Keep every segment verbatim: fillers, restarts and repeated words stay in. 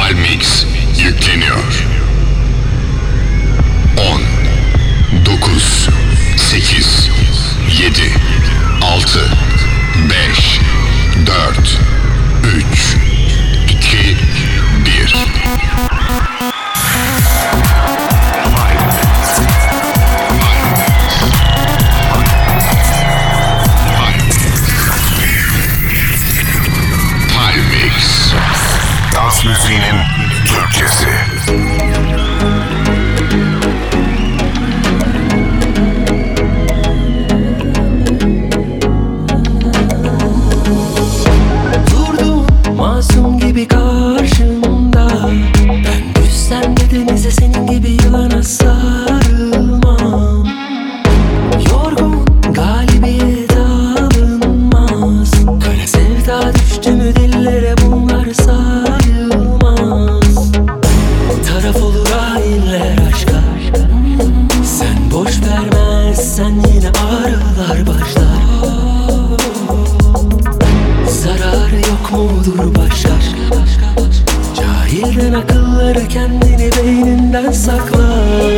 Palmix yükleniyor. on, dokuz, sekiz, yedi, altı, beş, dört, üç, iki, bir. Palmix. Dans müziğinin Türkçesi. Masum gibi karşımda, ben düşsem de denize senin gibi yılana sarılmam. Yorgun galibiyet alınmaz, kara sevda düştü mü dillere bunlar sayılmaz. Taraf olur hainler aşka, sen boş vermezsen yine ağrılar başlar. Zararı yok mudur başka? Cahilden akılları kendini beyninden sakla.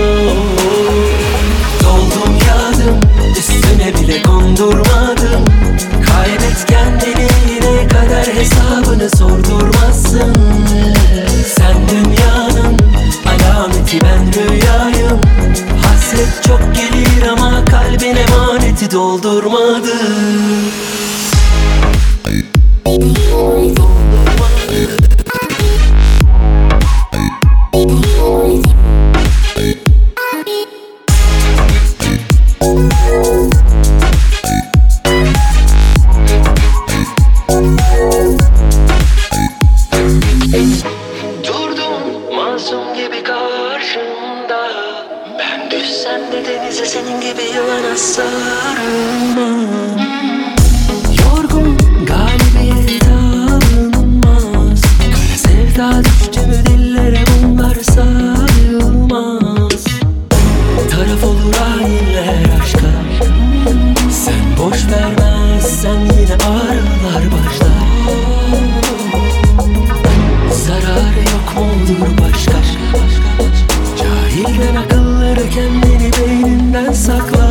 Doldum yağdım, üstüne bile kondurmadım. Kaybet kendini yine kader hesabını sordurmazsın. Sen dünyanın alameti, ben rüyayım. Hasret çok gelir ama kalbin emaneti doldurmadı. Durdum masum gibi karşımda, ben düşsem de denize senin gibi yılana sarılmam. Yorgun galibiyet alınmaz, kara sevda düştü mü dillere bunlar sayılmaz. Taraf olur hainler aşka, sen boş vermezsen yine ağrılar başlar. Zararı yok mudur başka? Cahilden akılları kendini beyninden sakla.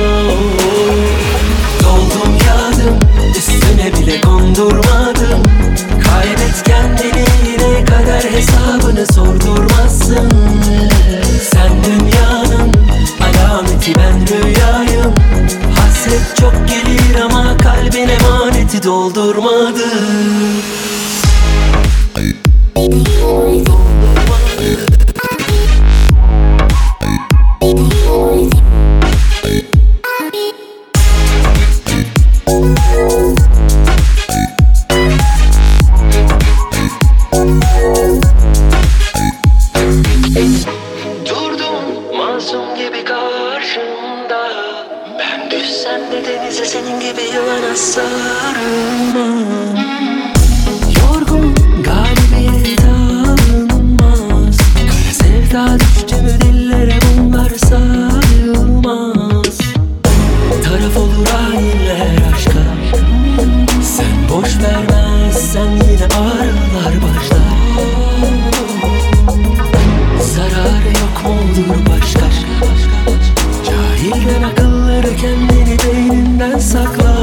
Doldum yağdım, üstüne bile kondurmadım. Kaybet kendini yine kader hesabını sordurmazsın. Sen dünyanın alameti, ben rüyayım. Hasret çok gelir ama kalbin emaneti doldurmadı. Durdum masum gibi karşımda, ben düşsem de denize senin gibi yılana sarılmam. Yorgun galibiyet alınmaz, kara sevda düştü mü dillere bunlar sayılmaz. Taraf olur hainler aşka, sen boş vermezsen yine ağrılar başlar. Zararı yok mudur başka? Cahilden akılları kendini beyninden sakla.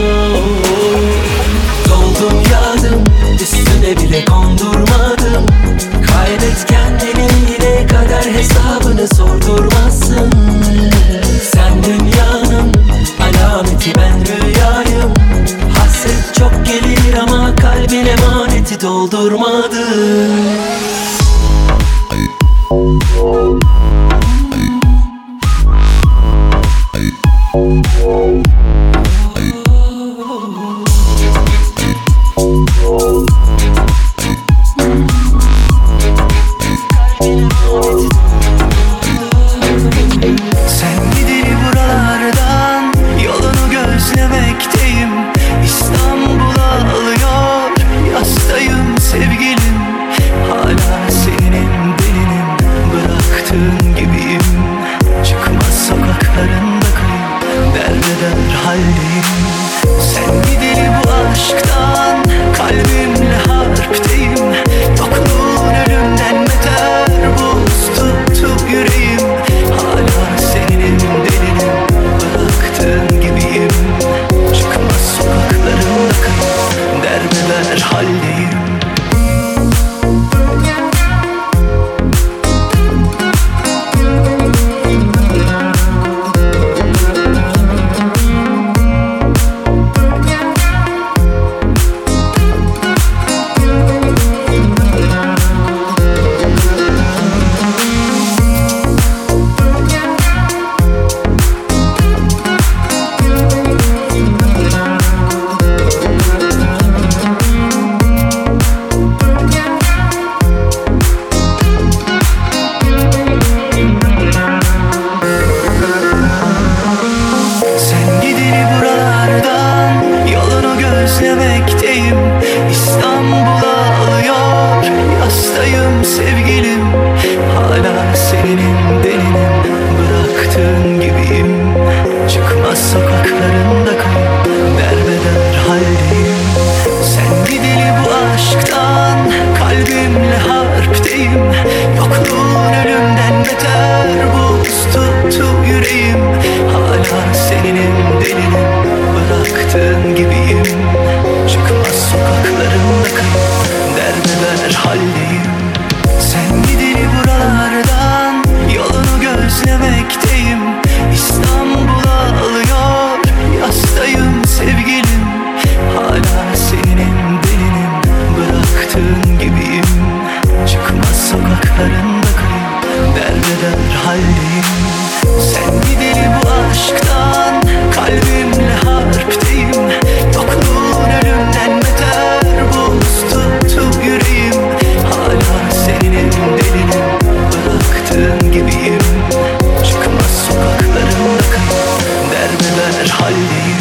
Doldum yağdım, üstüne bile kondurmadım. Kaybet kendini yine kader hesabını sordurmazsın. Sen dünyanın alameti, ben rüyayım. Hasret çok gelir ama kalbin emaneti doldurmadı. Sen gideli buralardan yolunu gözlemekteyim. İstanbul'a alıyor yastayım sevgilim. Hala seninim beninim, bıraktığın gibiyim. Çıkmaz sokaklarında kayıp derbeder sevgilim. Hala senin delinim, bıraktığın gibiyim. Çıkmaz sokaklarında kayıp, derbeder haldeyim. Sen gideli bu aşktan, kalbimle harpteyim. Yokluğun ölümden beter, buz tuttu yüreğim. Hala seninim delinim, bıraktığın gibiyim. Çıkmaz sokaklarında kayıp, derbeder haldeyim. Sen gideli buralardan, yolunu gözlemekteyim. İstanbul'a alıyor, yastayım sevgilim. Hala seninim delinim, bıraktığın gibiyim. Çıkmaz sokaklarında kayıp, derbeder haldeyim. Sen gideli bu aşktan, kalbimle harpteyim. Yokluğun ölümden beter, buz tuttu yüreğim. Hala seninim delinim, bıraktığın gibiyim. Çıkmaz sokaklarında kayıp, derbeder haldeyim.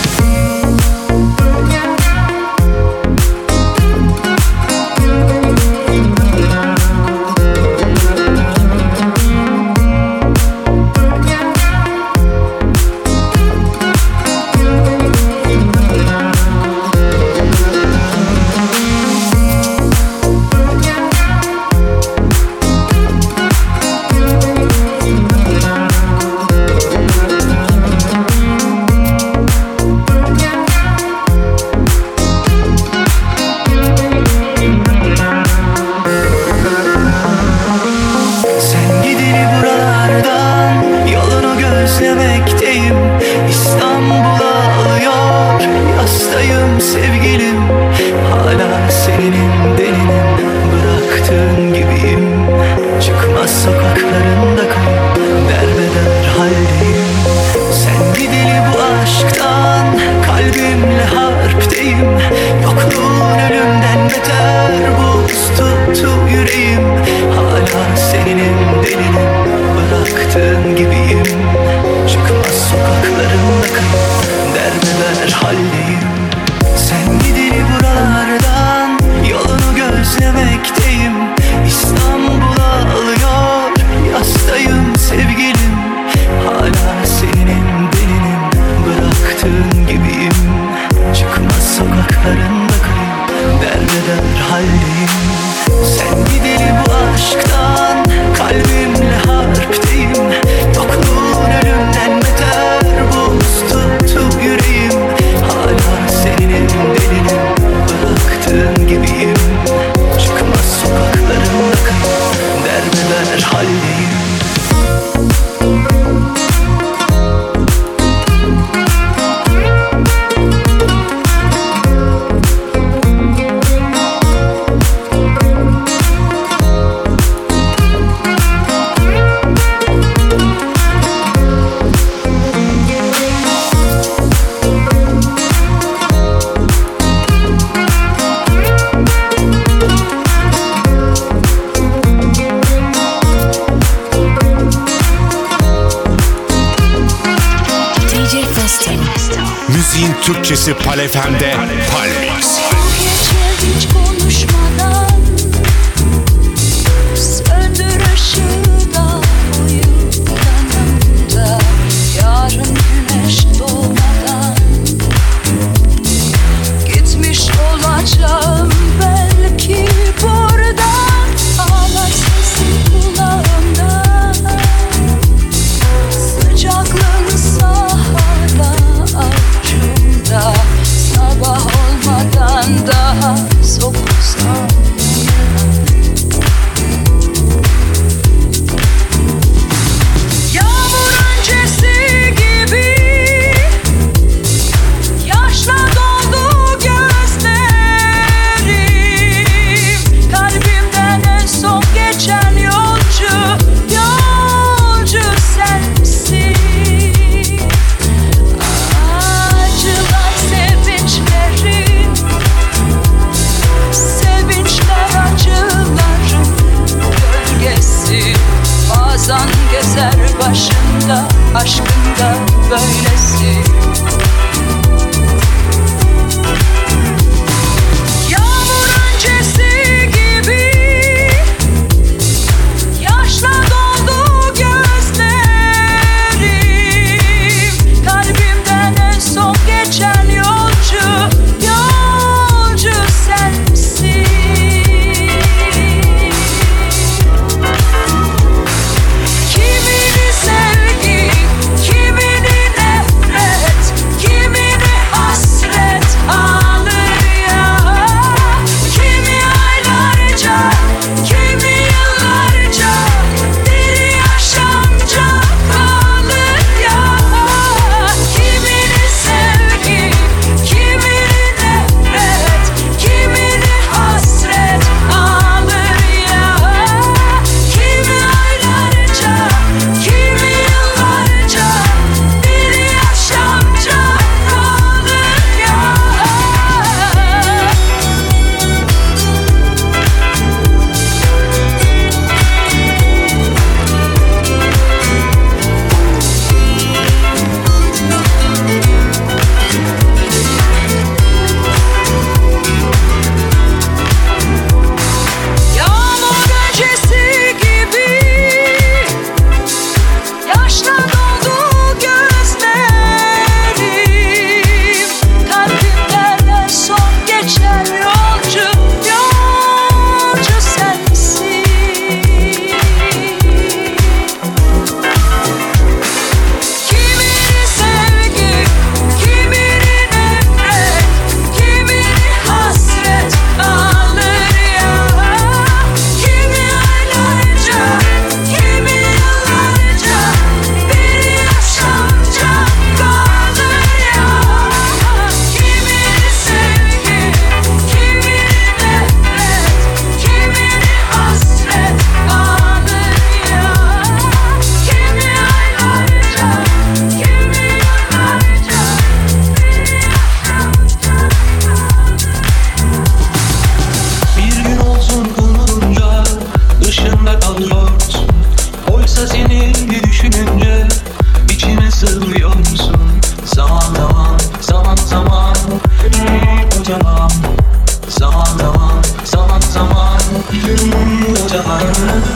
Türkçesi Pal F M'de Palmix. Hiç konuşmadan söndür ışığı da uyu yanımda. Yarın güneş doğmadan gitmiş olacağım belki buradan. Ağlar sesin kulağımda, sıcaklığın sahada avucumda. Sabah olmadan Kocaman.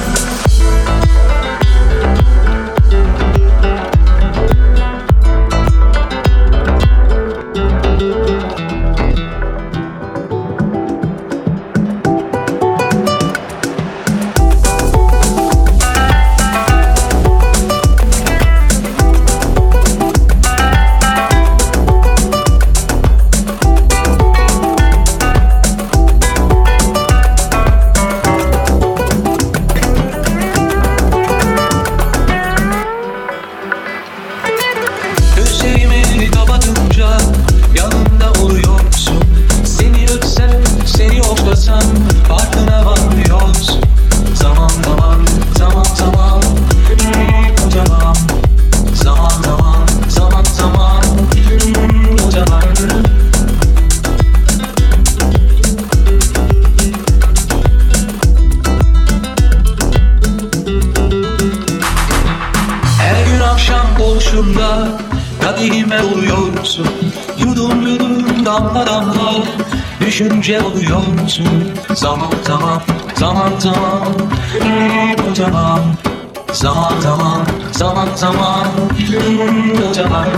Kadehime oluyorsun, yudum yudum damla damla düşünce oluyorsun. Zaman zaman, zaman zaman, kocaman. Zaman zaman, zaman zaman, kocaman.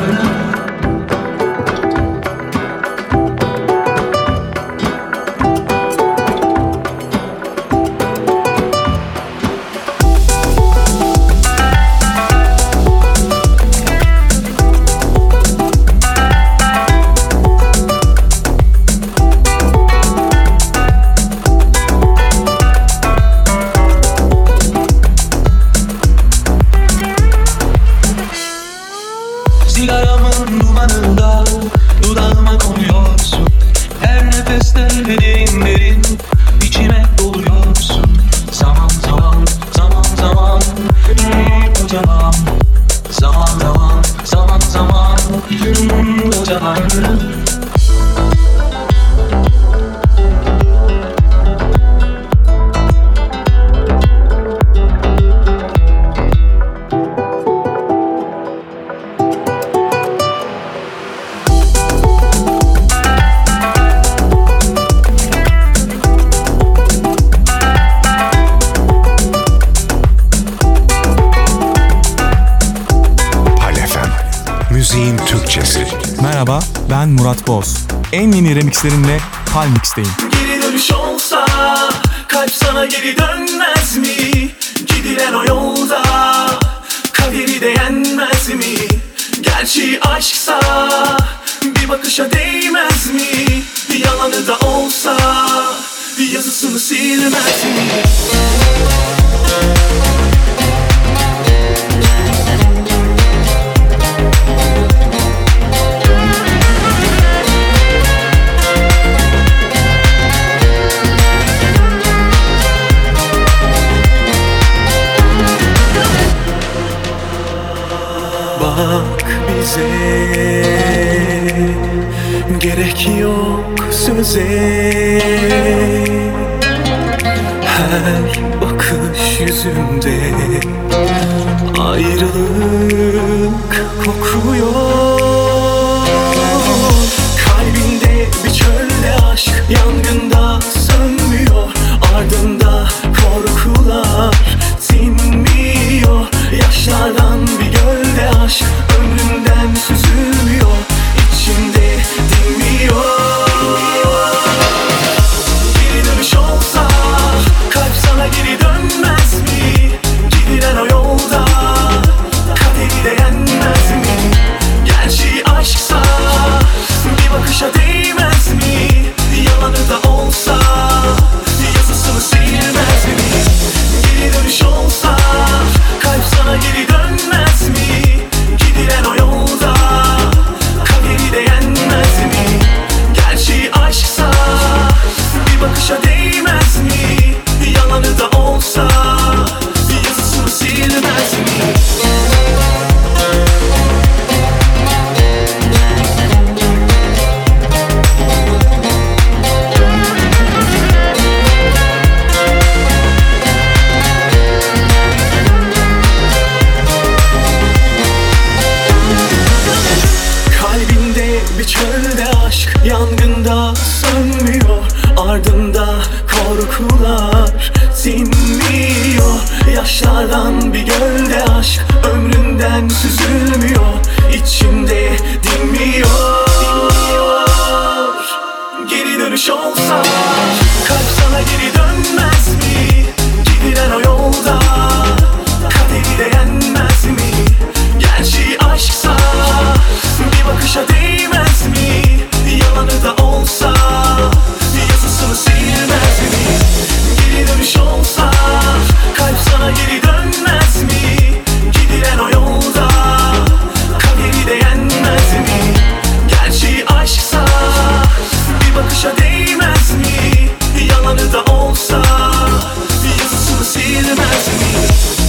Sigaramın dumanında dudağıma konuyorsun. Her nefeste derin derin içime doluyorsun. Zaman zaman, zaman zaman, kocaman. Zaman zaman, zaman zaman, kocaman. Müziğin Türkçesi. Merhaba, ben Murat Boz. En yeni remixlerimle Palmix'teyim. Geri dönüş olsa kalp sana geri dönmez mi? Gidilen o yolda kaderi de yenmez mi? Gerçeği aşksa bir bakışa değmez mi? Yalanı da olsa yazısını silmez mi? Bak bize gerek yok söze. Her bakış yüzümde ayrılık kokuyor. Kalbinde bir çölde aşk yangında sönmüyor. Ardında korkular sinmiyor. Yaşlardan bir gölde aşk ömrümden süzülmüyor. İçimde dinmiyor. Geri dönüş olsa kalp sana geri dönmez mi? Gidilen o yolda kaderi de yenmez mi? Gerçeği aşksa bir bakışa değmez mi? Yalanı da olsa var dinmiyor. Yaşlardan bir gölde aşk ömründen süzülmüyor. İçimde dinmiyor. Geri dönüş olsa kalp sana geri dönmez mi? Gidilen o yolda kaderi de yenmez mi? Gerçi aşksa bir bakışa değmez mi? Yalanı da olsa yazısını silmez mi? Geri dönüş olsa kalp sana geri dönmez mi? Gidilen o yolda kaderi de yenmez mi? Gerçi aşksa bir bakışa değmez mi? Yalanı da olsa yazısını silmez mi?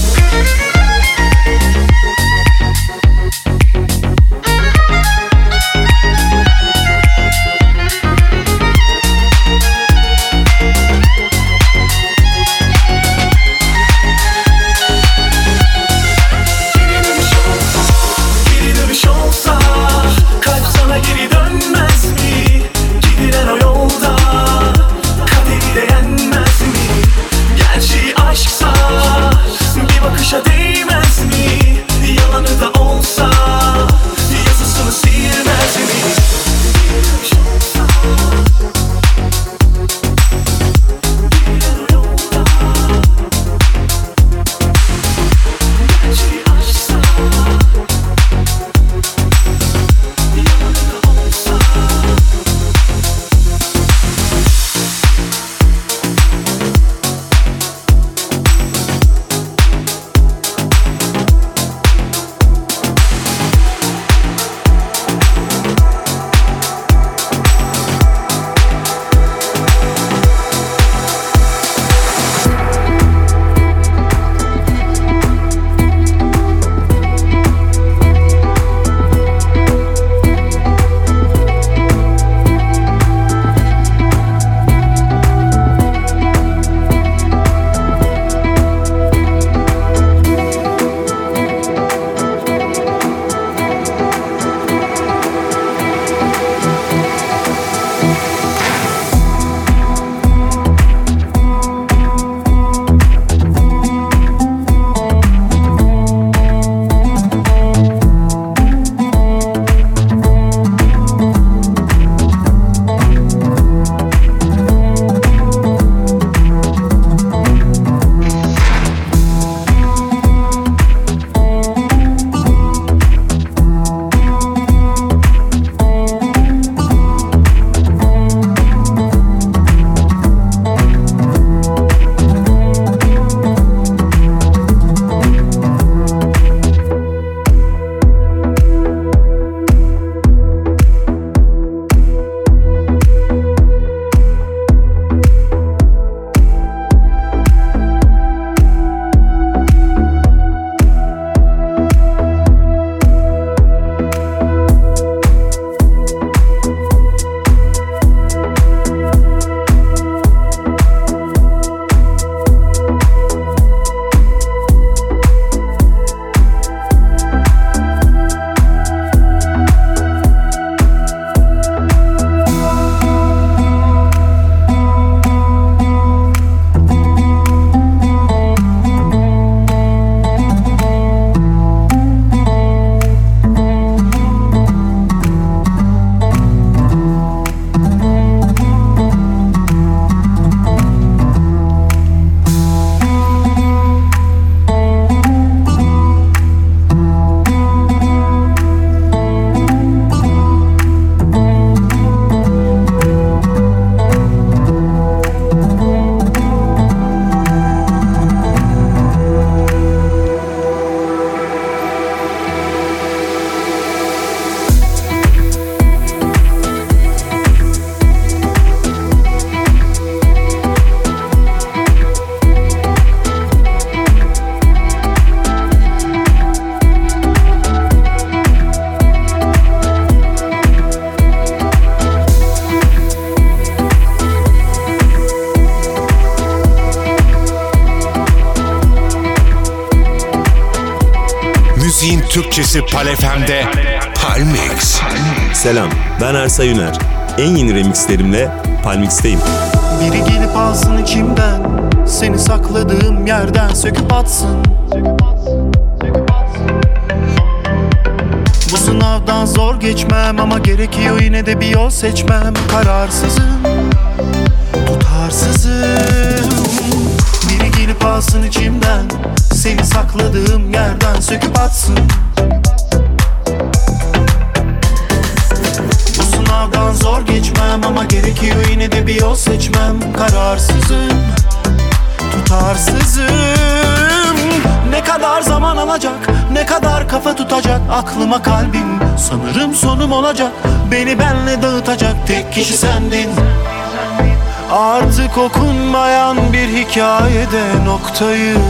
Müziğin Türkçesi Pal F M'de Palmix. Selam, ben Ersay Üner. En yeni remixlerimle Palmix'teyim. Biri gelip alsın içimden, seni sakladığım yerden söküp atsın. Bu sınavdan zor geçmem ama gerekiyor yine de bir yol seçmem. Kararsızım, tutarsızım. Biri gelip alsın içimden, seni sakladığım yerden söküp atsın. Bu sınavdan zor geçmem ama gerekiyor yine de bir yol seçmem. Kararsızım, tutarsızım. Ne kadar zaman alacak, ne kadar kafa tutacak aklıma kalbim. Sanırım sonum olacak, beni benle dağıtacak tek kişi sendin. Artık okunmayan bir hikayede noktayım.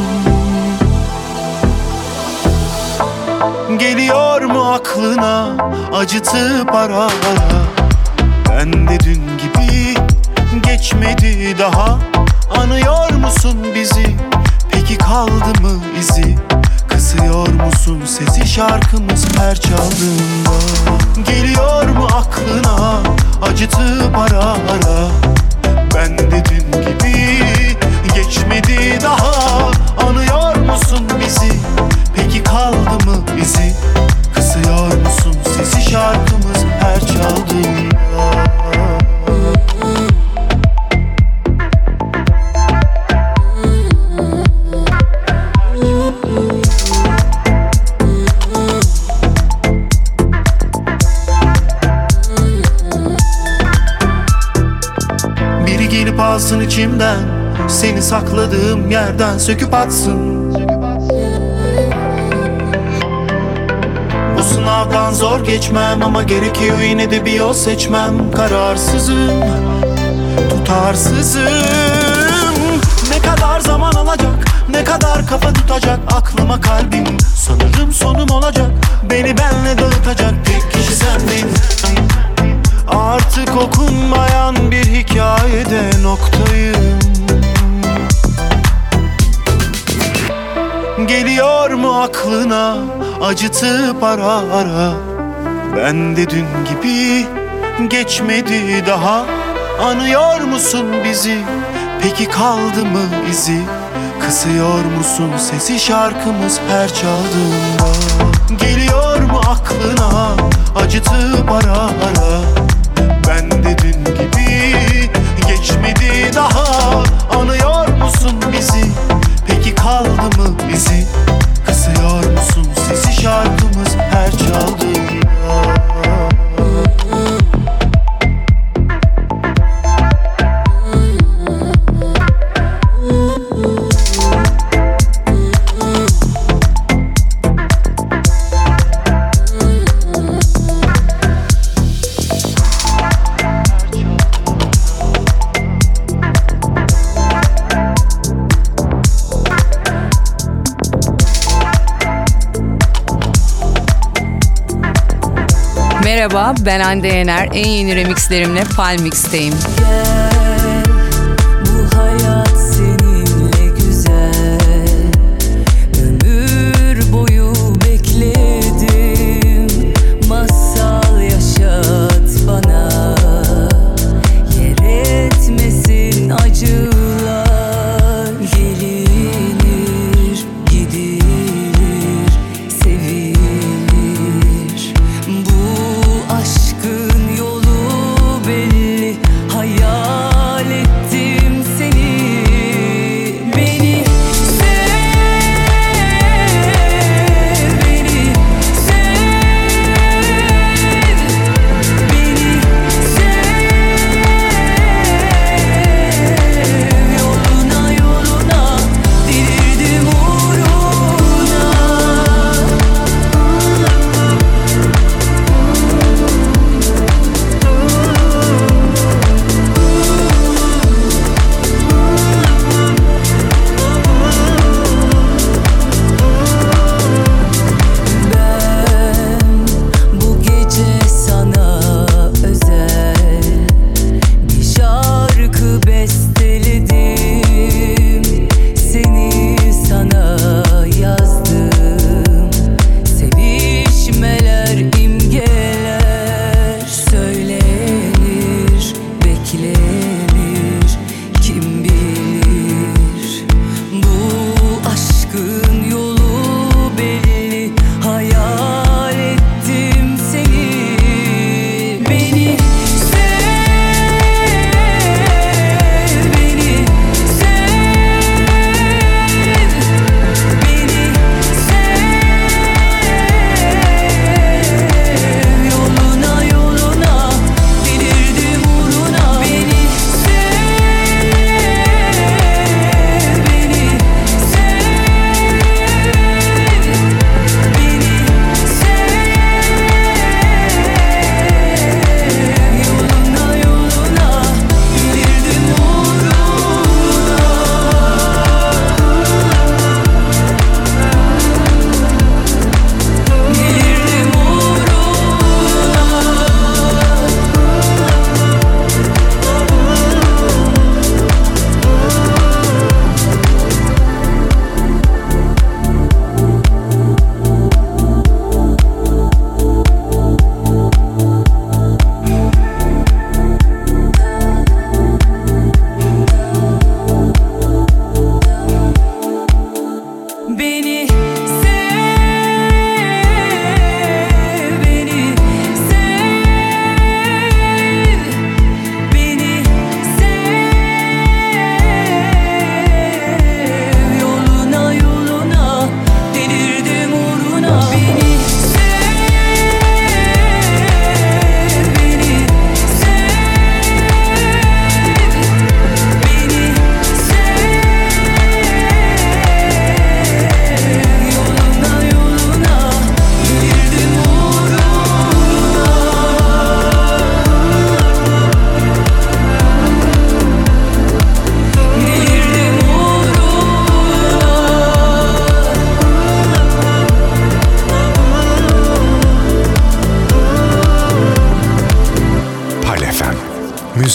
Geliyor mu aklına acıtıp ara ara? Ben de dün gibi geçmedi daha. Anıyor musun bizi? Peki kaldı mı izi? Kısıyor musun sesi şarkımız her çaldığında? Geliyor mu aklına acıtıp ara ara? Ben de dün gibi geçmedi daha. Anıyor musun bizi? Peki kaldı mı izi? Kısıyor musun sesi şarkımız her çaldığında? Biri gelip alsın içimden, seni sakladığım yerden söküp atsın. Bu sınavdan zor geçmem ama gerekiyor yine de bir yol seçmem. Kararsızım, tutarsızım. Ne kadar zaman alacak, ne kadar kafa tutacak aklıma kalbim. Sanırım sonum olacak, beni benle dağıtacak tek kişi sendin. Artık okunmayan bir hikayede noktayım. Geliyor mu aklına acıtıp ara ara? Ben de dün gibi geçmedi daha. Anıyor musun bizi? Peki kaldı mı izi? Kısıyor musun sesi şarkımız her çaldığında? Geliyor mu aklına acıtıp ara ara? Ben de dün gibi geçmedi daha. Anıyor musun bizi? Peki kaldı mı izi? Kısıyor musun sesi şarkımız her çaldığında? Merhaba, ben Hande Yener. En yeni remixlerimle Palmix'teyim. Gel, bu hayat seninle güzel. Ömür boyu bekledim. Masal yaşat bana. Yer etmesin acılar. Gelinir, gidilir, sevilir. Bu aşkın yolu belli. Hayal ettim seni.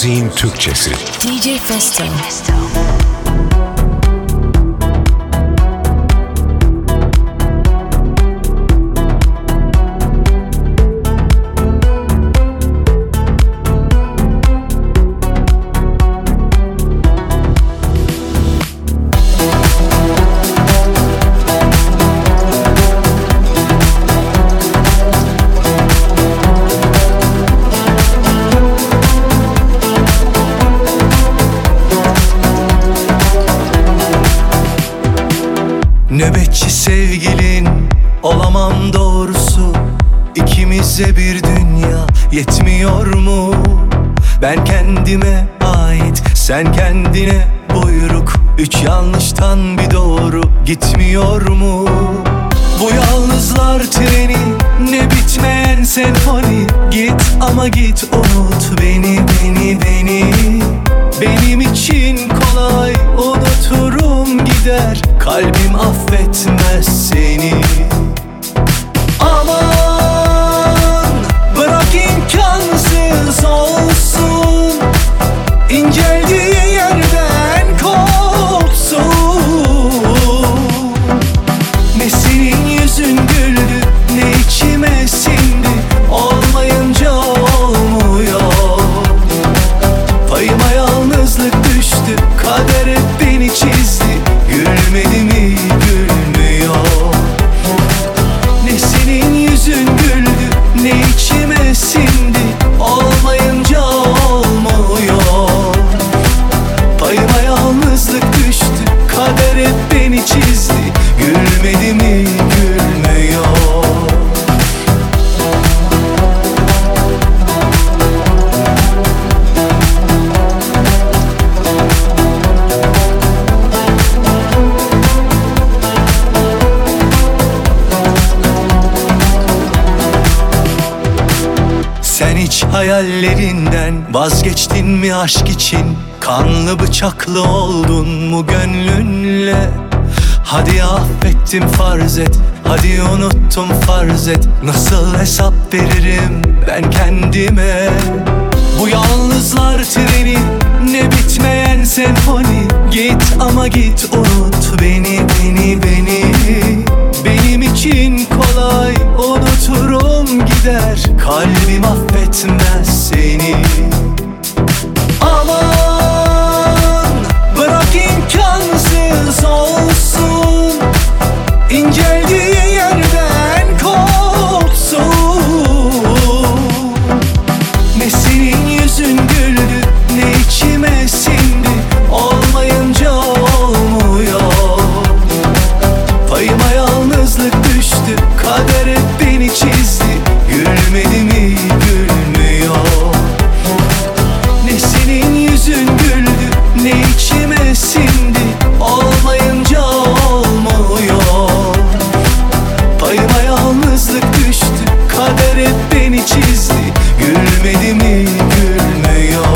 müziğin Türkçesi. D J Festo. Nöbetçi sevgilin olamam doğrusu. İkimize bir dünya yetmiyor mu? Ben kendime ait, sen kendine buyruk. Üç yanlıştan bir doğru gitmiyor mu? Bu yalnızlar treni, ne bitmeyen senfoni. Git ama git, unut beni, beni, beni. Benim için kolay, unuturum gider. Kalbim affetmez seni. Aman bırak imkansız olsun, inceldiği yerden kopsun. Ne senin yüzün güldü, ne içime sindi. Olmayınca olmuyor. Payıma yalnızlık düştü, kader hep beni çizdi. Gülmedi mi, gülmüyor. Ne senin yüzün güldü, ne içime sindi. Olmayınca olmuyor. Payıma yalnızlık düştü, kader hep beni çizdi. Gülmedi mi, gülmüyor. Sen hiç hayallerinden vazgeçtin mi aşk için? Kanlı bıçaklı oldun mu gönlünle? Hadi affettim farz et, hadi unuttum farz et. Nasıl hesap veririm ben kendime? Bu yalnızlar treni, ne bitmeyen senfoni. Git ama git, unut beni, beni, beni. Benim için kolay, unuturum gider. Kalbim affetmez seni. Aman bırak imkansız olsun, inceldiği yerden kopsun. Ne senin yüzün güldü, ne içime sindi. Olmayınca olmuyor. Payıma yalnızlık düştü, kader hep beni çizdi. Gülmedi mi, gülmüyor. Ne senin yüzün güldü, ne içime sindi. Olmayınca olmuyor. Payıma yalnızlık düştü, kader hep beni çizdi. Gülmedi mi, gülmüyor.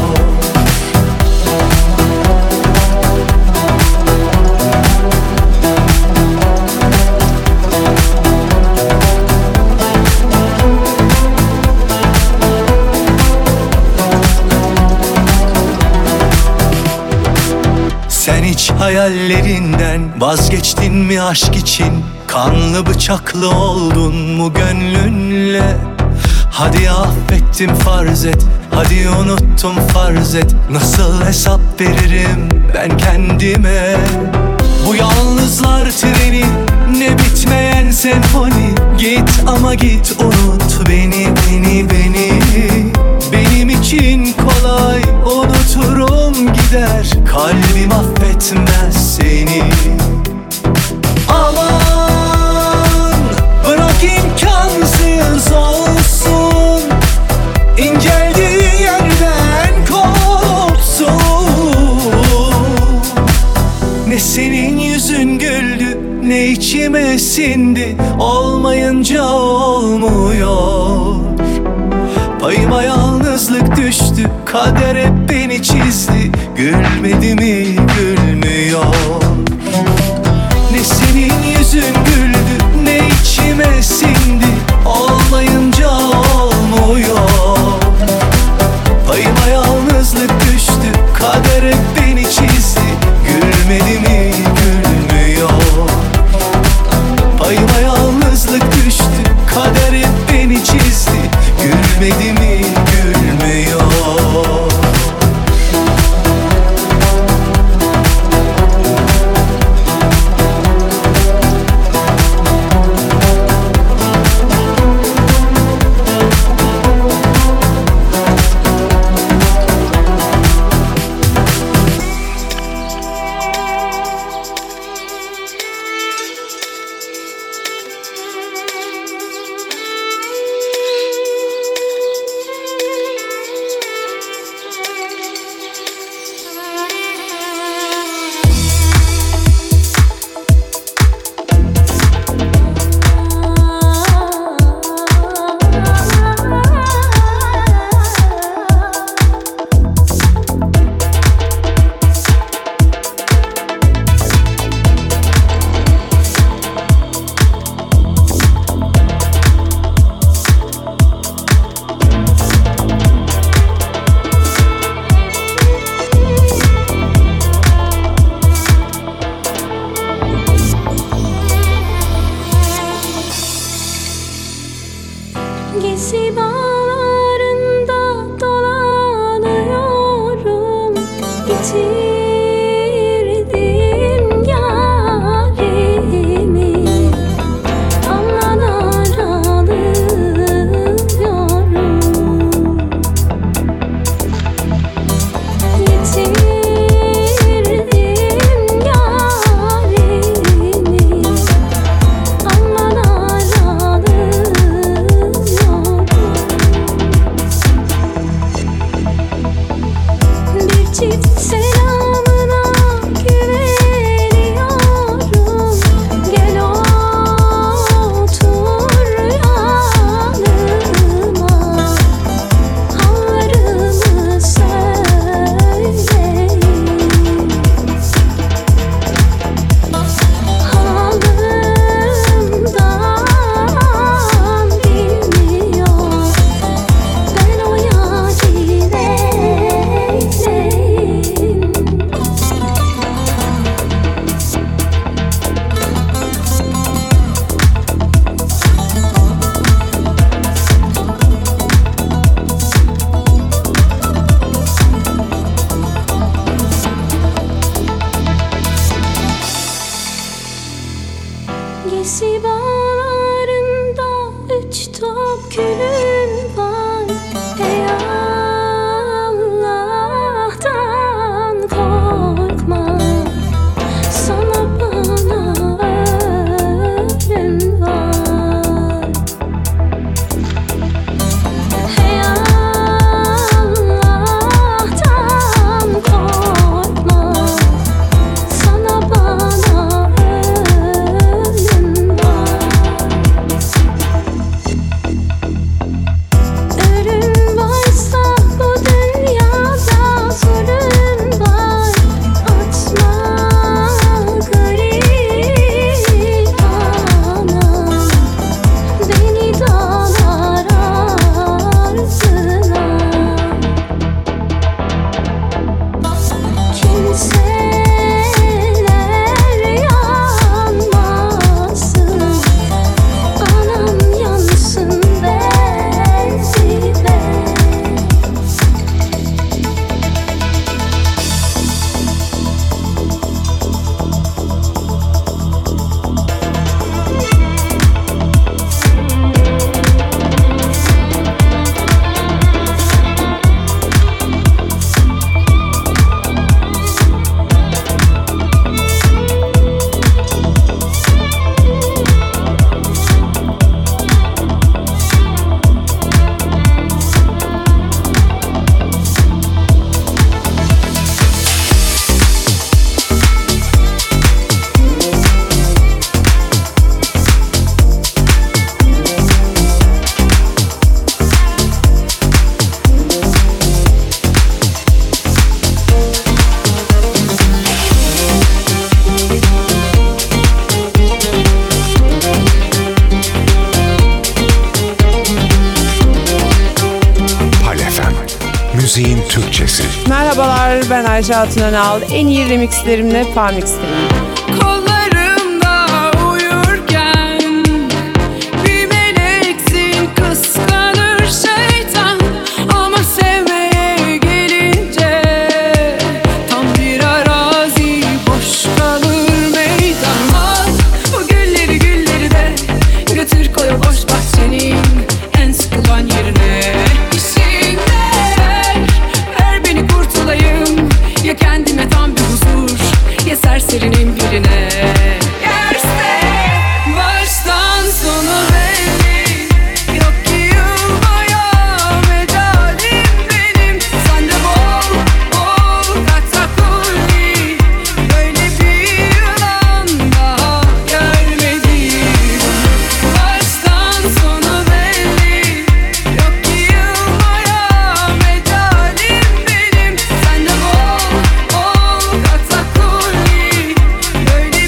Sen hiç hayallerinden vazgeçtin mi aşk için? Kanlı bıçaklı oldun mu gönlünle? Hadi affettim farz et, hadi unuttum farz et. Nasıl hesap veririm ben kendime? Bu yalnızlar treni, ne bitmeyen senfoni. Git ama git, unut beni, beni, beni. Benim için kolay, unuturum gider. Kalbim affetmez seni. Aman bırak imkansız olsun, inceldiği yerden kopsun. Ne senin yüzün güldü, ne içime sindi. Olmayınca olmuyor. Payıma yalnızlık düştü, kader hep beni çizdi. Gülmedi mi, gülmüyor. Ne senin yüzün güldü, ne içime sindi. Olmayınca olmuyor. Payıma yalnız Çaresi bağlarında üç top külün var. Ey Allah'tan korkma, sana bana ölüm var. Ey Allah'tan korkma, sana bana ölüm var. Ölüm varsa bu dünyada zulüm var. Atma garip aman beni dağlar ardına. Kimseler yanmasın, anam yansın belki de. Pal F M, müziğin Türkçesi. Merhabalar, ben Ayşe Hatun Önal. En iyi remixlerimle Pal Mix'teyim. Kollarımda uyurken bir meleksin, kıskanır şeytan. Ama sevmeye gelince tam bir arazi, boş kalır meydan. Al bu gülleri gülleri de götür koy o boş bahçenin en sıkılan yerine. İşine ver, ver beni kurtulayım. Ya kendime tam bir huzur, ya serserinin birine. Yerse baştan sonu belli, yok ki yılmaya mecalim benim. Sen de bol bol katakulli, böyle bir yılan daha görmedim. Baştan sonu belli, yok ki yılmaya mecalim benim. Sen de bol bol katakulli, böyle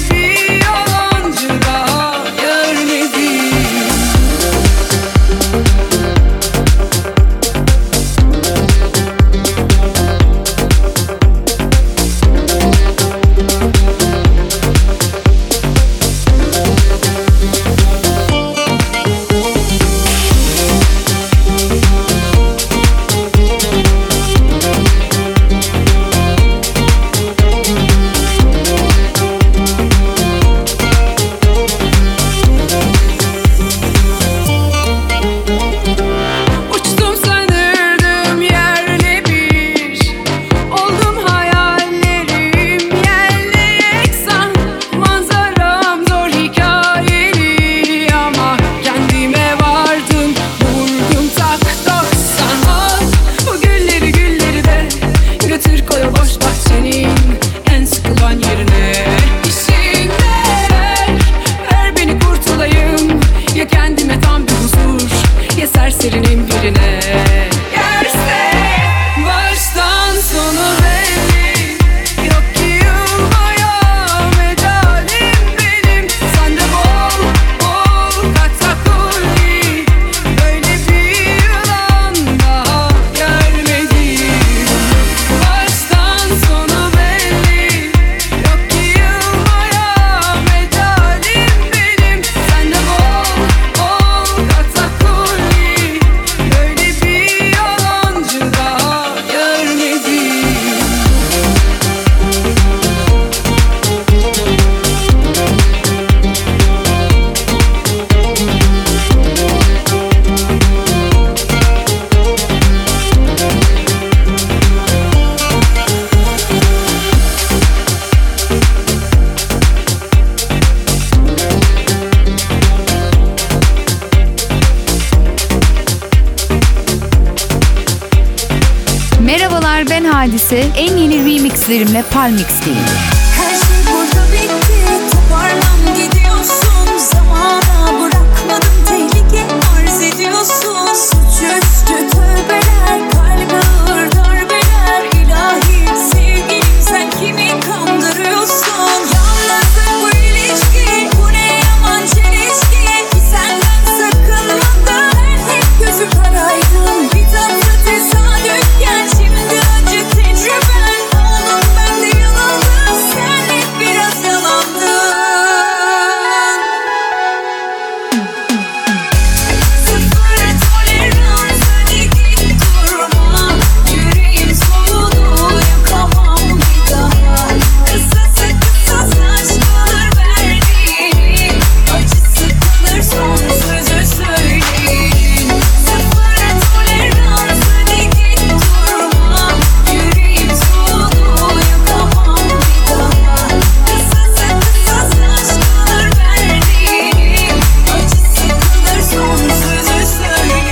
Ben Hadise, en yeni remixlerimle Palmix'teyim. Her şey burada bitti, toparlan gidiyorsun. Zamana bırakmadım, tehlike arz ediyorsun. Suçüstü tövbeler, kalbe ağır darbeler. İlahi sevgilim, sen kimi kandırıyorsun? Yalnızlık bu ilişki, bu ne yaman çelişki. Ki senden sakınmadım, ben hep gözü karaydım. Bir tatlı tesadüfken şimdi acı tecrüben. Oğlum ben de yanıldım, sen hep biraz yalandın. Sıfır tolerans, hadi git durma. Yüreğim soğudu, yakamam bir daha. Kısası kısa saç kalır verdiğin, acısı kalır son sözü söyleyin. Sıfır tolerans, hadi git durma. Yüreğim soğudu, yakamam bir daha. Kısası kısa saç kalır verdiğin, acısı kalır son sözü söyleyin.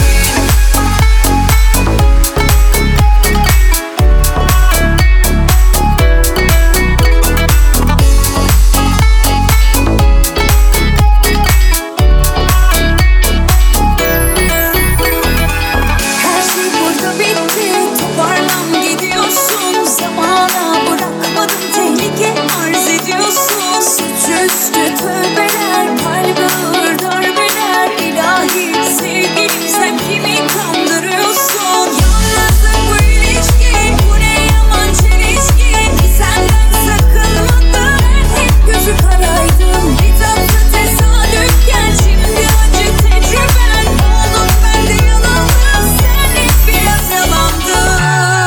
Her şey burada bitti, toparlan gidiyorsun. Zamana bırakmadım, tehlike arz ediyorsun. Suçüstü tövbeler, kalbe ağır darbeler. İlahi sevgilim, sen kimi kandırıyorsun? Yalnızlık bu ilişki, bu ne yaman çelişki. Ki senden sakınmadım, ben hep gözü karaydım. Bir tatlı tesadüfken şimdi acı tecrüben. Oğlum ben de yanıldım, sen hep biraz yalandın.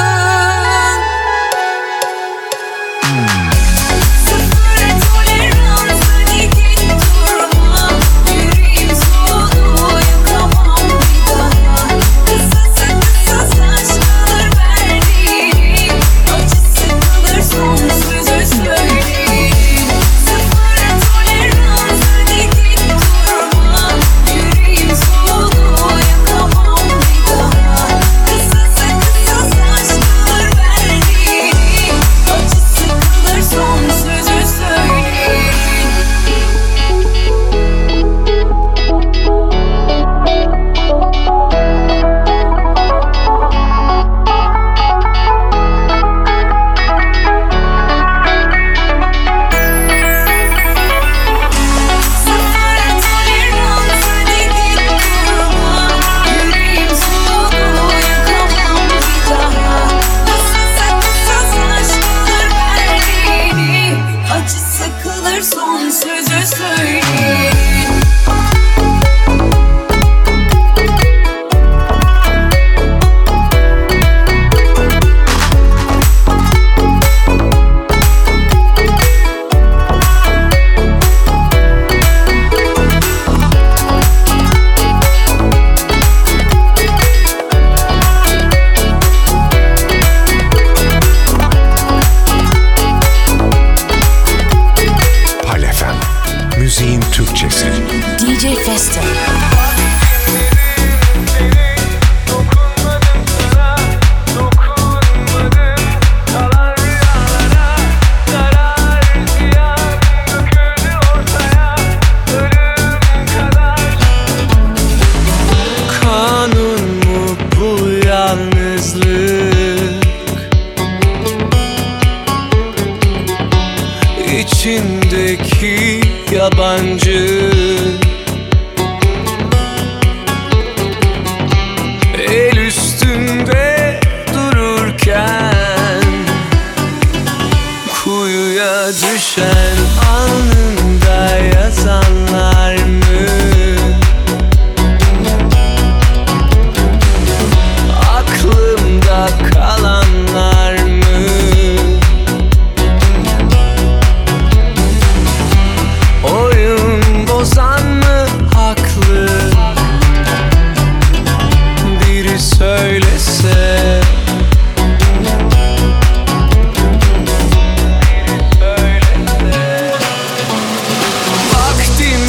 Sıfır tolerans, hadi git durma. Yüreğim soğudu, yakamam bir daha. Kısası kısa saç kalır verdiğin, acısı kalır son sözü söyleyin. Sıfır tolerans, hadi git durma. Yüreğim soğudu, yakamam bir daha. Kısası kısa saç kalır verdiğin, acısı kalır son sözü söyleyin. Sıfır tolerans, hadi git durma. Yüreğim soğudu, yakamam bir daha. Kısasa kısa saç kalır verdiğini, acısı kalır son sözü söyleyin. Pal F M, müziğin Türkçesi. D J Festa. Kanun mu bu yalnızlık? İçindeki yabancı el üstünde dururken kuyuya düşen alnında yazanlar mı? Aklımda kalanlar mı? Oyun bozan mı haklı? Biri söylese. Vaktim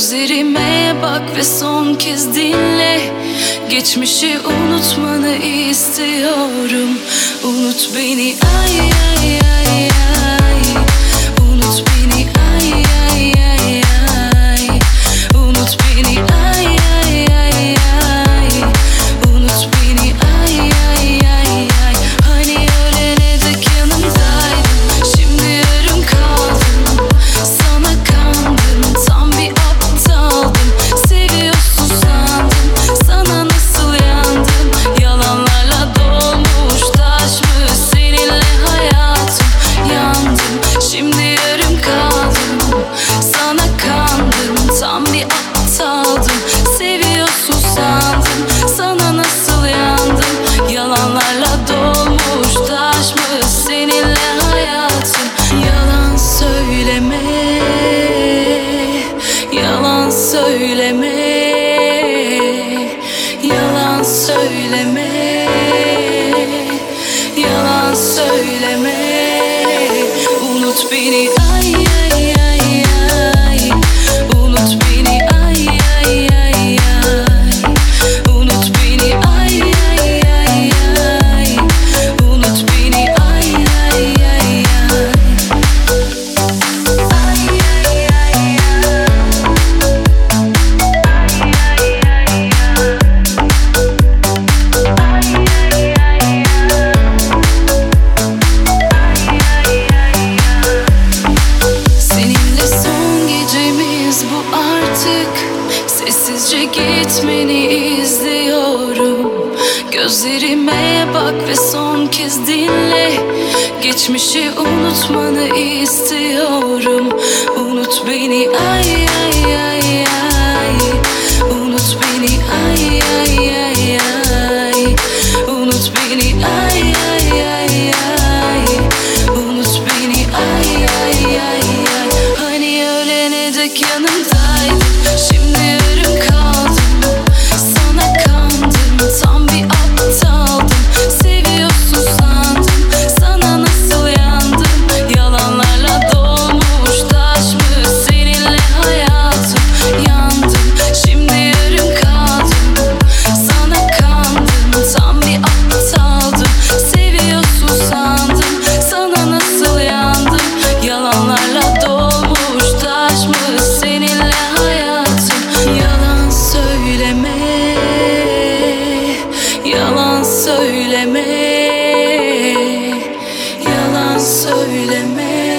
Gözlerime bak ve son kez dinle. Geçmişi unutmanı istiyorum. Unut beni ay ay ay ay. Unut beni ay ay ay ay. Unut beni ay ay ay ay. Unut beni ay ay ay ay. Hani ölene dek yanımdaydın, şimdi yarım kaldım. Sana kandım, tam bir aptaldım. Seviyorsun sandım, sana nasıl yandım. Yalanlarla dolmuş taşmış seninle hayatım. Yandım, şimdi yarım kaldım. Sana kandım, tam bir aptaldım. Seviyorsun sandım, sana nasıl yandım. Yalanlarla dolmuş taşmış seninle hayatım. Yalan söyleme, yalan söyleme, yalan söyleme, yalan söyleme. Unut beni ay ay ay ay. Unut beni ay ay ay ay. Unut beni ay ay ay ay. Unut beni ay ay ay ay. Seninle son gecemiz bu artık. Sessizce gitmeni izliyorum. Gözlerime bak ve son kez dinle. Geçmişi unutmanı istiyorum. Unut beni ay ay ay ay. Unut beni ay ay ay ay. Unut beni ay ay ay ay. Unut beni ay ay ay ay. Hani ölene dek yanımdaydın, şimdi yarım kaldım. Sana kandım, tam bir aptaldım. Seviyorsun sandım, sana nasıl yandım. Yalanlarla dolmuş taşmış seninle hayatım. Yandım, şimdi yarım kaldım. Sana kandım, tam bir aptaldım. Seviyorsun sandım, sana nasıl yandım. Yalanlarla dolmuş taşmış seninle hayatım. Yalan söyleme, yalan söyleme, yalan söyleme,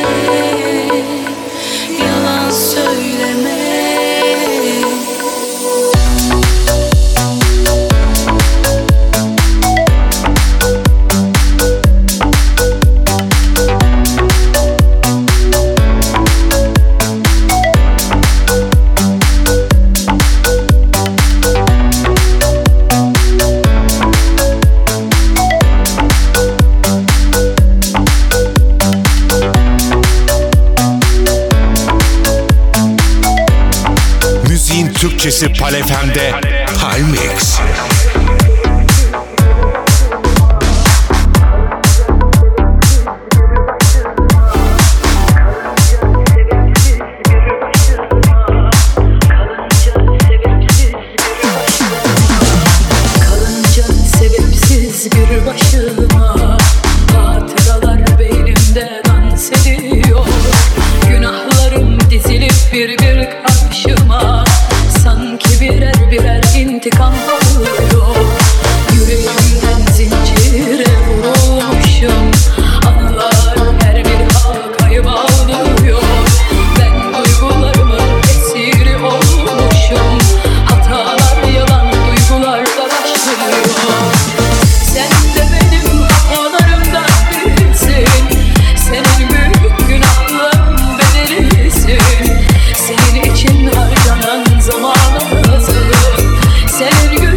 yalan söyleme. Müziğin Türkçesi Pal F M'de Pal Mix. Kalınca sebepsiz bir başıma, hatıralar beynimde dans ediyor. Günahlarım dizilip bir bir karşıma, sanki birer birer intikam alıyor. Yüreğimden zincire vurulmuşum, anılar her bir halkayı bağlıyor. Ben duygularımın esiri olmuşum, hatalar yalan duygularla başlıyor. Sen de benim hatalarımdan birisin, senin büyük günahların bedelisin. Senin için harcanan zamanımızı, senin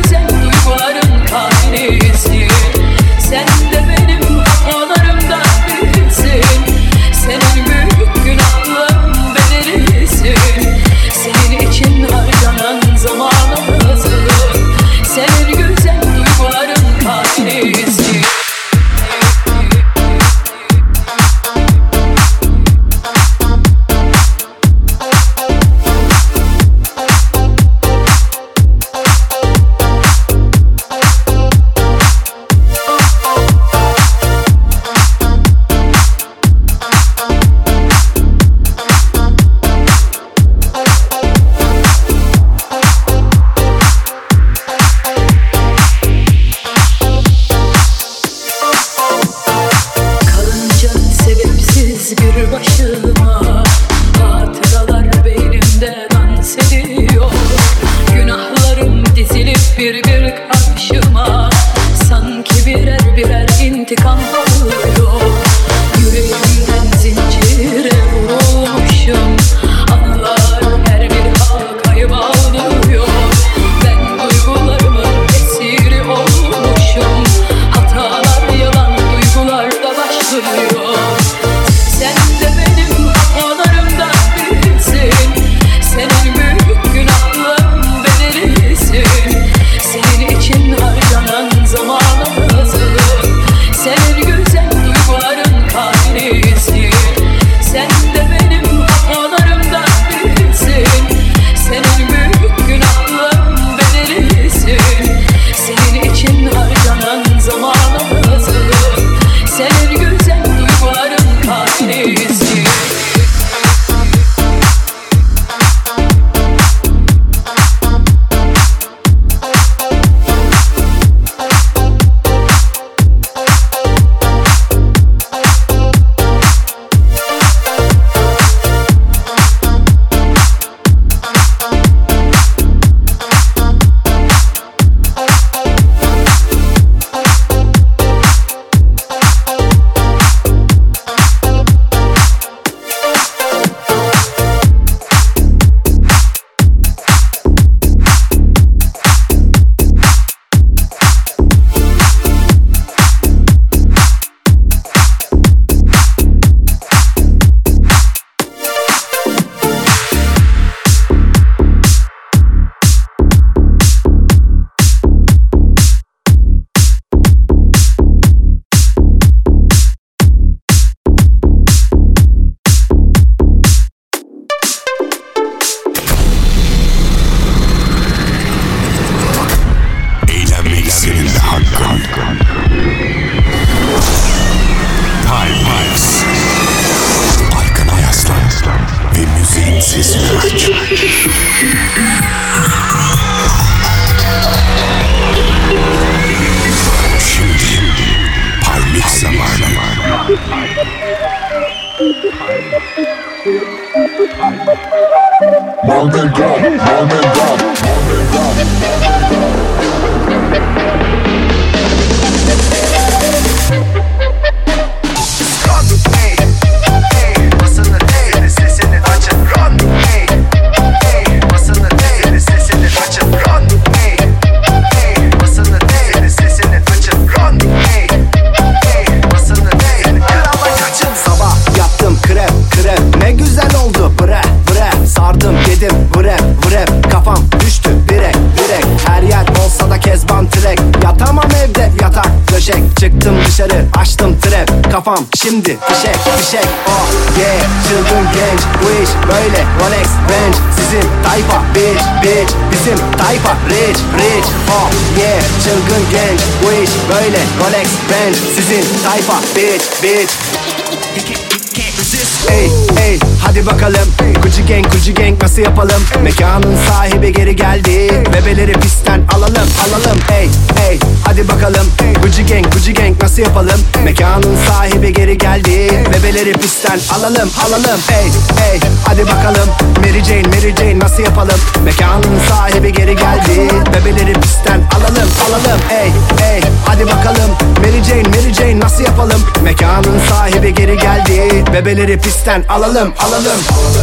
and gone, gone and gone, gone and gone. Çıktım dışarı açtım trap. Kafam şimdi fişek fişek. Oh yeah çılgın genç. Bu iş böyle Rolex Range. Sizin tayfa bitch bitch. Bizim tayfa rich rich. Oh yeah çılgın genç. Bu iş böyle Rolex Range. Sizin tayfa bitch bitch. Ey ey hadi bakalım Gucci gang Gucci gang nasıl yapalım? Mekanın sahibi geri geldi. Bebeleri pistten alalım alalım. Ey ey hadi bakalım Gucci gang Gucci gang nasıl yapalım? Mekanın sahibi geri geldi. Bebeleri pistten alalım alalım. Ey ey hadi bakalım Mary Jane Mary Jane nasıl yapalım? Mekanın sahibi geri geldi. Bebeleri pistten alalım alalım. Ey ey hadi bakalım Mary Jane Mary Jane nasıl yapalım? Mekanın sahibi geri geldi. Bebeleri pistten alalım alalım.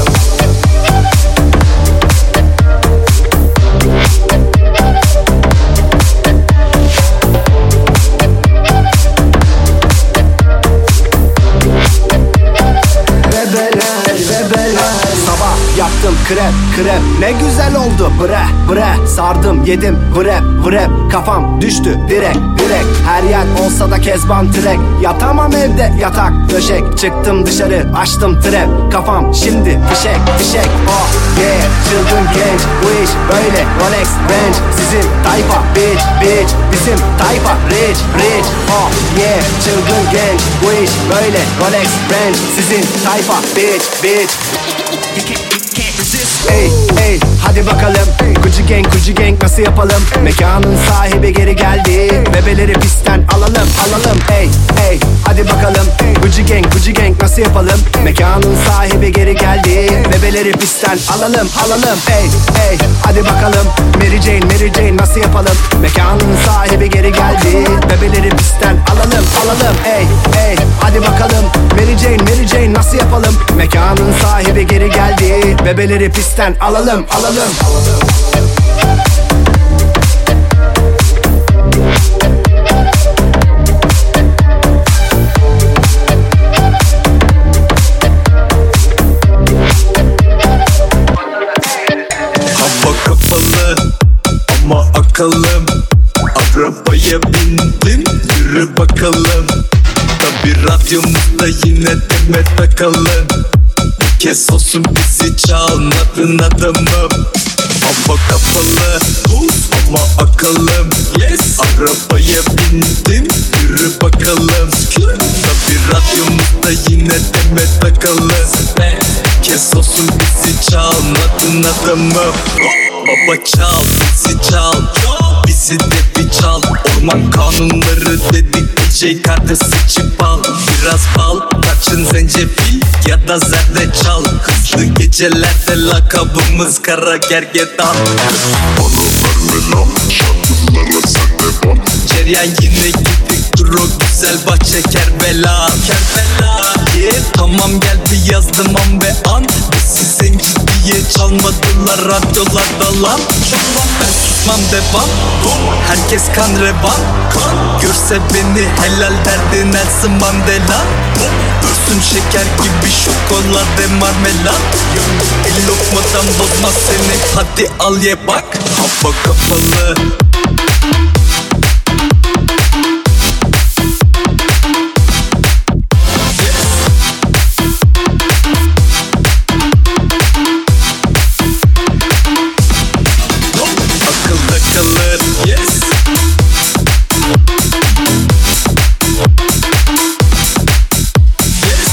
Yaptım krep krep ne güzel oldu bre bre. Sardım yedim vrep vrep. Kafam düştü direkt direkt. Her yer olsa da kezban trek. Yatamam evde yatak döşek. Çıktım dışarı açtım trap. Kafam şimdi fişek fişek. Oh yeah çılgın genç. Bu iş böyle Rolex Range. Sizin tayfa bitch bitch. Bizim tayfa rich rich. Oh yeah çılgın genç. Bu iş böyle Rolex Range. Sizin tayfa bitch bitch. Ey ey hadi bakalım Gucci gang Gucci gang nasıl yapalım? Mekanın sahibi geri geldi. Bebeleri pistten alalım alalım. Ey ey hadi bakalım Gucci gang Gucci gang nasıl yapalım? Mekanın sahibi geri geldi. Bebeleri pistten alalım alalım. Ey ey hadi bakalım Mary Jane Mary Jane nasıl yapalım? Mekanın sahibi geri geldi. Bebeleri pistten alalım alalım. Ey ey hadi bakalım Mary Jane Mary Jane nasıl yapalım? Mekanın sahibi geri geldi. Bebeleri pistten alalım alalım. Hava kapalı ama akıllım. Arabaya bindim yürü bakalım. Tabi radyomuzda yine Demet Akalın. Bir kez olsun bizi çalmadın adamım. Hava kapalı ama akıllım. Yes. Arabaya bindim yürü bakalım. Tabi radyomuzda yine Demet Akalın. Bir kez olsun bizi çalmadın adamım. Baba çal bizi çal. Bizi de bir çal. Orman kanunları dedik D J kartı sıçıp al. Biraz bal, kaçın zencefil ya da zerdeçal. Hızlı gecelerde lakabımız kara gergedan. Bana verme lan şarkılara sen de bak. Ceryan yine gittik dur o güzel bahçe Kerbela. Kerbela yeah. Tamam geldi yazdım an ve an. Bizi zenci diye çalmadılar radyolarda lan. Ben susmam devam. Herkes kan revan. Görse beni helal derdi Nelson Mandela. Dursun şeker gibi şokolade marmelat. El lokmadan bozmaz seni hadi al ye bak. Hava kapalı. Kalır, yes. Yes.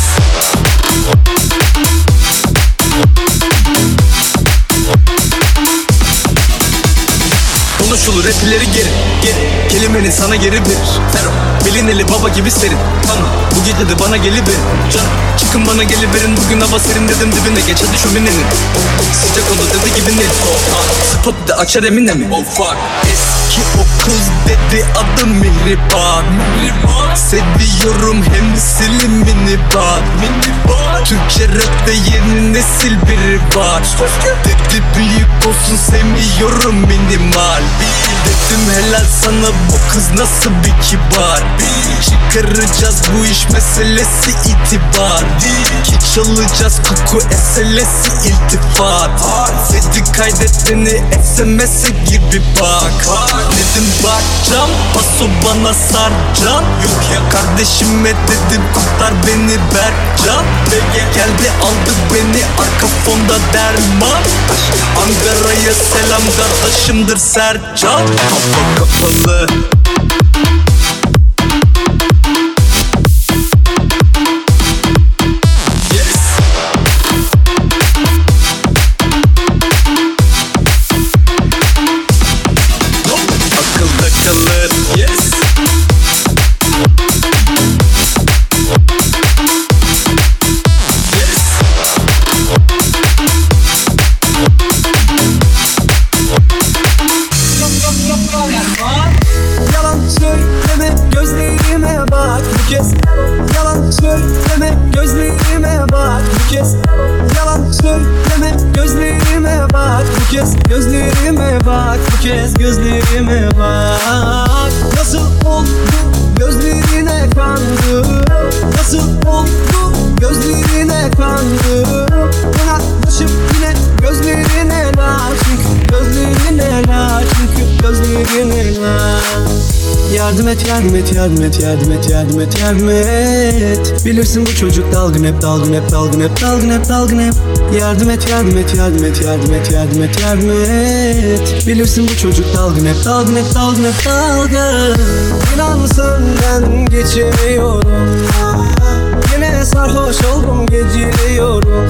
Konuşulur rapleri geri, geri. Kelimenin sana geri verir. Fero. Bilineli baba gibi serin. Tamam bu gece de bana geliverin. Can çıkın bana geliverin. Bugün hava serin dedim dibine geç hadi şöminenin. Sıcak oldu dedi gibi ne? Spot de açar Emine mi? Oh fuck. Eski o kız dedi adı Mihriban. Seviyorum hem silimini bak. Türkçe rapte yeni nesil biri var. Dedi büyük olsun sevmiyorum minimal. Dedim helal sana bu kız nasıl bir kibar. Çıkaracağız bu iş meselesi itibar. Ki çalacağız koku eselesi iltifat. Dedi kaydet beni S M S'e gibi bak. Dedim bakcam paso bana sarcan. Yok ya kardeşime dedim kurtar beni Berkcan. Geldi aldı beni arka fonda derman. Ankara'ya selam kardeşimdir Sercan. Kafa kapalı gözlerime bak, bu kez gözlerime bak. Nasıl oldu gözlerine kandım, nasıl oldu gözlerine kandım. Kanatlaşıp yine gözlerine la, çünkü gözlerine la, çünkü gözlerine la. Yardım et, yardım et, yardım et, yardım et, yardım et, yardım et. Bilirsin bu çocuk dalgın hep, dalgın hep, dalgın hep, dalgın hep, dalgın hep. Yardım et, yardım et, yardım et, yardım et, yardım et, yardım et. Bilirsin bu çocuk dalgın hep, dalgın hep, dalgın hep, dalgın. İnan senden geçemiyorum. Yine sarhoş oldum, geciliyorum.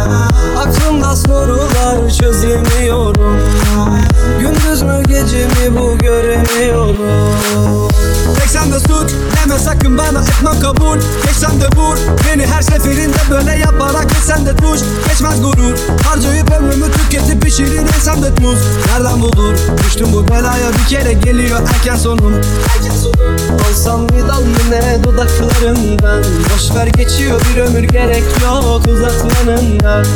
Aklımda sorular çözemiyorum. Gündüz mü gece mi bu göremiyorum. Tek sen de suç deme sakın bana, etmem kabul. Geç sen de vur beni her seferinde böyle yaparak. Geç sen de tuş geçmez gurur. Harcayıp ömrümü tüketip pişirin ensem de muz. Nereden bulur düştüm bu belaya, bir kere geliyor erken sonum. Olsam bir dal yine dudaklarından. Boşver geçiyor bir ömür, gerek yok uzatmanından.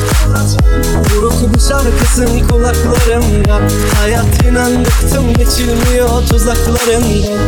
Buruk bir şarkısın kulaklarımda. Hayat inan bıktım, geçilmiyor tuzaklarından.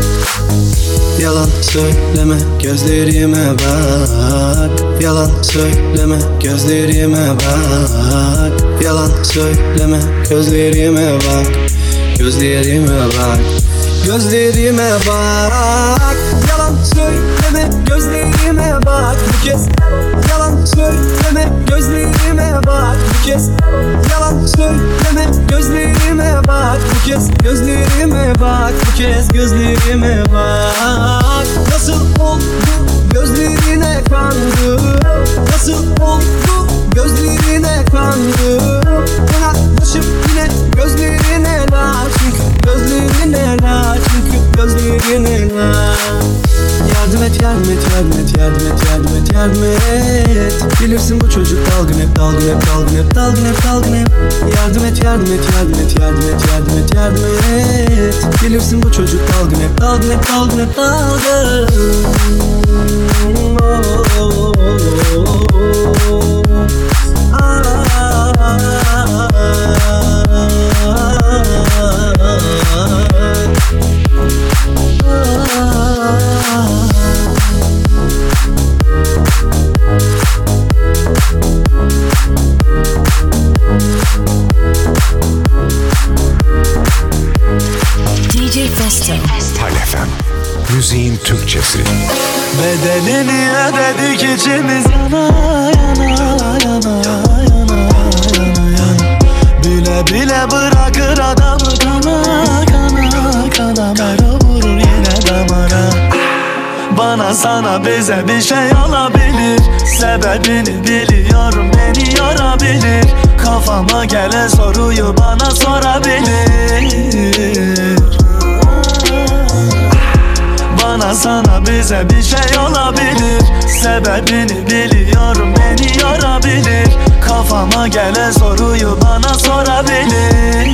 Yalan söyleme gözlerime bak. Yalan söyleme gözlerime bak. Yalan söyleme gözlerime bak. Gözlerime bak. Gözlerime bak. Yalan söyleme gözlerime bak. Bu kez yalan söyleme gözlerime bak. Bu kez yalan söyleme gözlerime bak. Bu kez gözlerime bak. Bu kez gözlerime bak. Nasıl oldu gözlerine kandım, nasıl oldu gözlerine kandım. Kanatlaşıp yine gözlerine la, çünkü gözlerine la, çünkü gözlerine la. Yardım et, yardım et, yardım et, yardım et, yardım et, yardım et. Bilirsin bu çocuk dalgın hep, dalgın hep, dalgın hep, dalgın hep, dalgın hep. Yardım et, yardım et, yardım et, yardım et, yardım et, yardım et. Bilirsin bu çocuk dalgın hep, dalgın hep, dalgın hep, dalgın. Oh, oh, oh, oh, oh. Ah, ah, ah, ah, D J Festo. Pal F M, müziğin Türkçesi. Bedelini ödedik içimiz yana yana yana yana yana yana. Bile bile bırakır adamı kana kana kana. Kara vurur yine damara. Bana sana bize bir şey olabilir. Sebebini biliyorum, beni yorabilir. Kafama gelen soruyu bana sorabilir. Bana sana bize bir şey olabilir. Sebebini biliyorum, beni yorabilir. Kafama gelen soruyu bana sorabilir.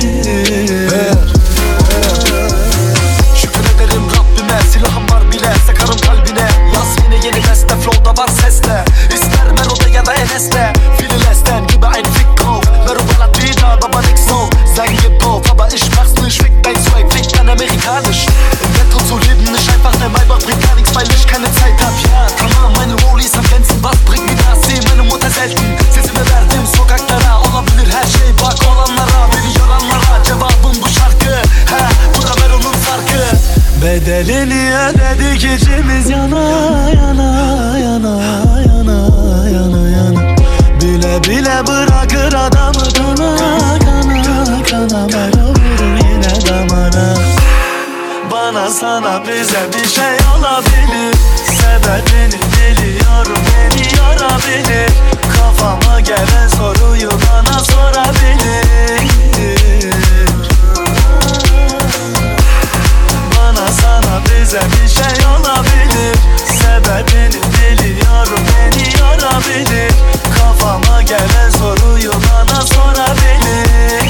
Şükür ederim Rabbime, silahım var bile, sakarım kalbine. Yaz yine yeni beste, flow'da var sesle. İster melodi ya da Enes'te. Fililesten gibi ein Fick-Kauf. Merhaba Dida, Baba nix so. Sag ihr Pop, aber ich mach's nicht. Fick dein Swag, fick dein amerikanisch. Im Ghetto zu leben ist einfach, der Maybach bringt gar nichts, weil ich keine Zeit hab. Ja, tamam, meine Rollies am Glänzen. Was bringt mir das? Seh meine Mutter selten. Sesimi verdim sokaklara. Olabilir her şey, bak olanlara. Beni yoranlara cevabım bu şarkı. He, bu da ben onun farkı. Bedelini ödedik içimiz yana yana yana yana yana yana. Bile bile bırakır adamı kana kana kana. Bana vurur yine damana. Bana sana bize bir şey olabilir. Sebebini biliyorum, beni yorabilir. Kafama gelen soruyu bana sorabilir. Bana sana bize bir şey olabilir. Sebebini biliyorum, beni yorabilir. Kafama gelen soruyu bana sorabilir.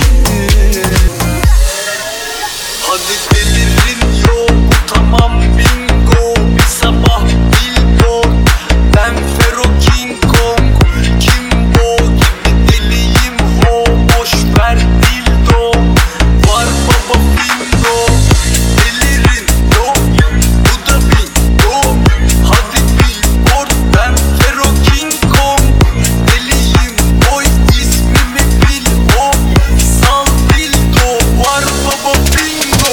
Hadi delirin yok, tamam bingo. Bir sabah billboard, ben Fero King Kong. Kimbo gibi deliyim ho, boş ver dildo. Var baba bingo, delirin yok, bu da bingo. Hadi billboard, ben Fero King Kong. Deliyim boy, ismimi bil ho. Sal dildo, var baba bingo.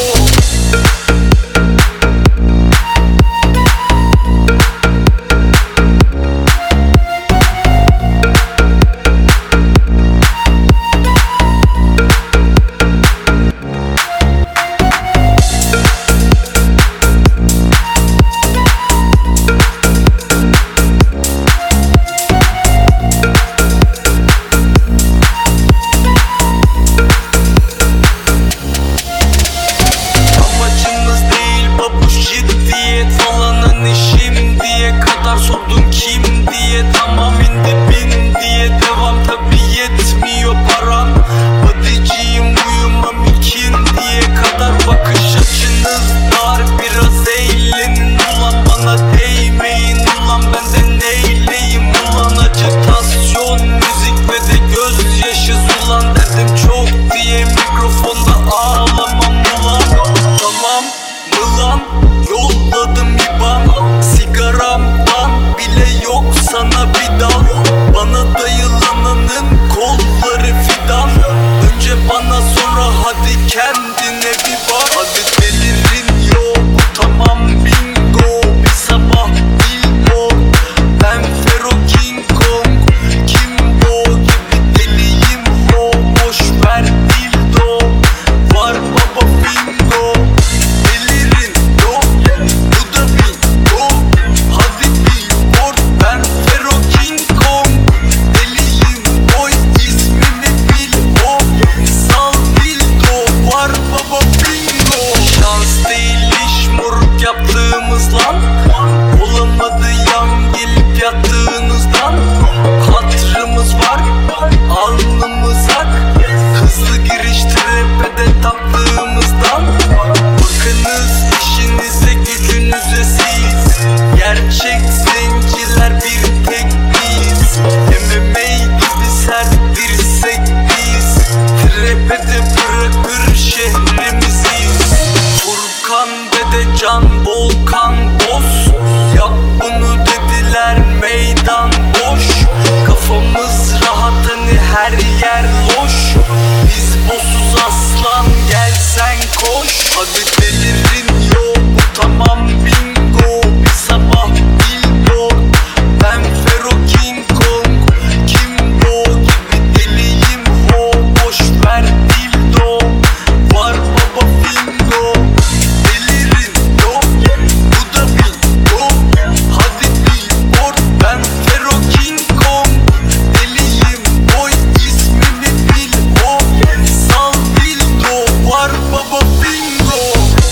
Amacımız değil babuş ciddiyet, falanın işim diye kadar sordun kim diye. Tamam indi bin diye devam, tabi yetmiyor param. Badiciyim uyumam ikin diye kadar. Bakış açınız dar, biraz eğlenin ulan. Bana değmeyin ulan, ben de neyleyim ulan. Acitasyon müzik ve de gözyaşı ulan. Derdim çok diye mikrofonda ağlamam ulan. Tamam mı lan, yolladım iban. Sigaramdan bile yok sana bir dal. Bana dayılananın kolları fidan. Önce bana sonra hadi kendine bir bak. Hadi delirin yok, tamam bingo. Bir sabah billboard, ben Fero King Kong. Kimbo gibi deliyim ho, boş ver dildo. Var baba bingo, delirin yok, bu da bingo. Hadi billboard, ben Fero King Kong. Deliyim boy, ismimi bil ho. Sal dildo, var baba bingo. Şans değil iş moruk yaptığımız lan. Olamadı yan gelip yattığınızdan. Hatırımız var, alnımız ak. Hızlı giriş trepede taktığımızdan. Bakınız işinize gücünüze siz. Gerçek zenciler bir tek biz. M M A gibi sert dirsek biz. Trepede bırakır şehrimiziz. Furkan dede can volkan boz. Yap bunu dediler meydan boş. Kafamız rahat hani her yer loş. Biz bozuz aslan, gel sen koş. Hadi delirin yok, tamam bingo. Bir sabah billboard, ben Fero King Kong. Kimbo gibi deliyim ho, boş ver dildo. Var baba bingo, delirin yok, bu da bingo. Hadi billboard, ben Fero King Kong. Deliyim boy, ismimi bil ho. Sal dildo, var baba bingo.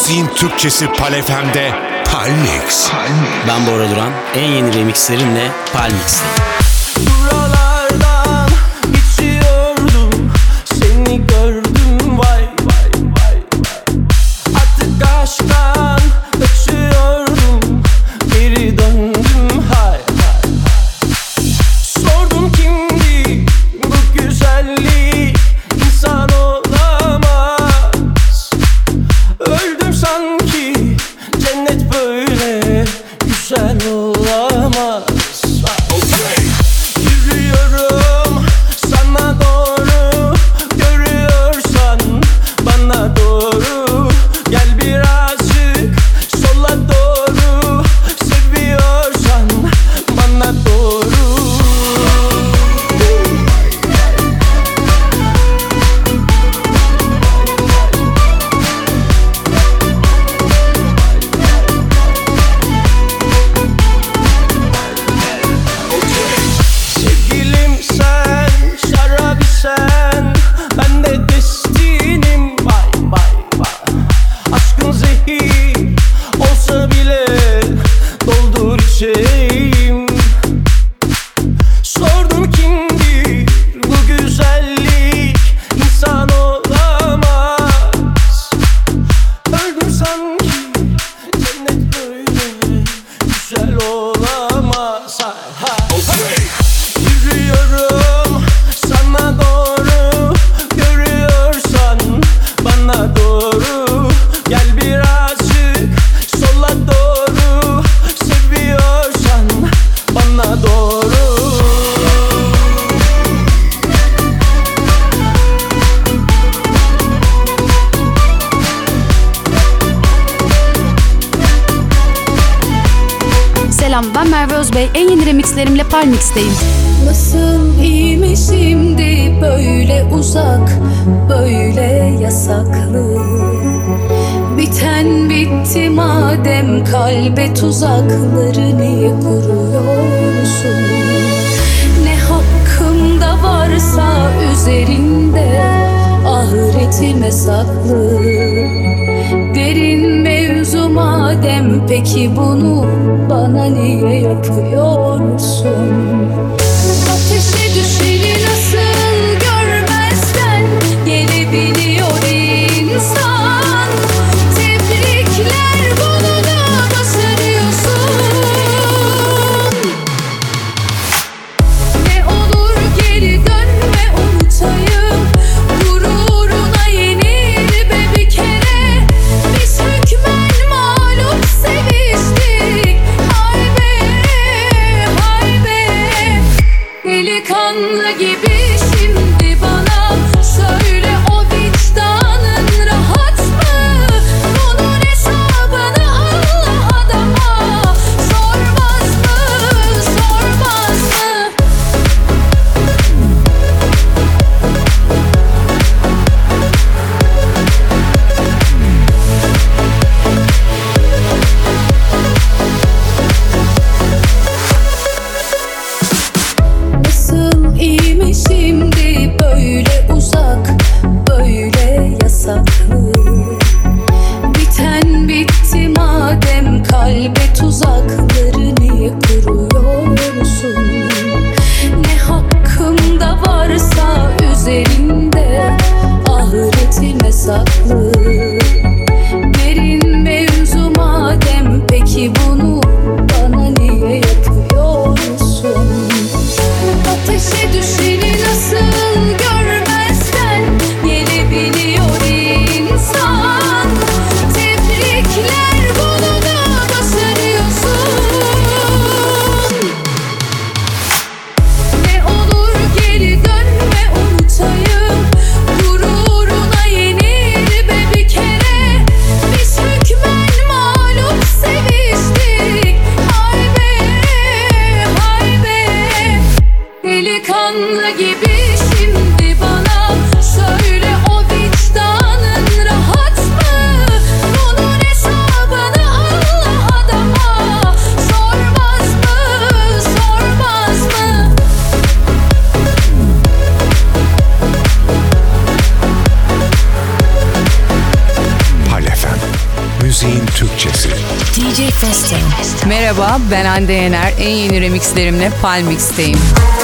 Müziğin Türkçesi Pal F M'de Pal Mix. Ben Bora Duran. En yeni remixlerimle Pal Mix'teyim. Buralardan geçiyordum, seni gördüm, vay vay vay vay. Artık aşktan kaçıyordum, geri döndüm, hay hay hay. Sordum kimdi bu güzellik, insan olamaz. Öldüm sanki, cennet böyle güzel olamaz. Yürüyorum sana doğru, görüyorsan bana doğru. Gel birazcık sola doğru, seviyorsan bana doğru. Sevgilim sen, şarabı sen, ben de destinim, vay vay vay. Aşkın zehir olsa bile doldur içeyim. Sordum kimdir bu güzellik, insan olamaz. Öldüm sanki, cennet böyle güzel olamaz. Hay hay. Yürüyorum sana doğru, görüyorsan bana doğru. Gel birazcık sola doğru, seviyorsan bana doğru. Selam, ben Merve Özbey. En yeni remixlerimle Pal Mix'teyim. Nasıl iyi mi şimdi böyle uzak, böyle yasaklı? Biten bitti madem, kalbe tuzakları niye kuruyorsun? Ne hakkımda varsa üzerinde ahiretime saklı. Derin mevzu madem, peki bunu bana niye yapıyorsun? Ateşe düşeni nasıl görmezden gelebiliyor insan? Tebrikler, bunu da başarıyorsun. Ne olur geri dönme, unutayım. Gururuna yenil be bir kere. Biz hükmen mağlup seviştik. Hay be, hay be. Delikanlı gibi şimdi bana söyle, o vicdanın rahat mı? Bunun hesabını Allah adama sormaz mı, sormaz mı? Nasıl iyi mi şimdi böyle uzak, böyle yasaklı? Biten bitti madem, kalbe tuzakları niye kuruyorsun? Ne hakkımda varsa üzerinde ahiretime saklı. Derin mevzu madem, peki bunu bana niye yapıyorsun? Ateşe düşeni nasıl görmezden gelebiliyor insan? Tebrikler, bunu da başarıyorsun. Ne olur geri dönme, unutayım. Gururuna yenil be bir kere. Biz hükmen mağlup seviştik. Hay be, hay be. Delikanlı gibi şimdi bana söyle, o vicdanın rahat mı? Bunun hesabını Allah adama sormaz mı, sormaz mı? Pal F M. Festo. Merhaba, ben Hande Yener. En yeni remixlerimle Palmix'teyim.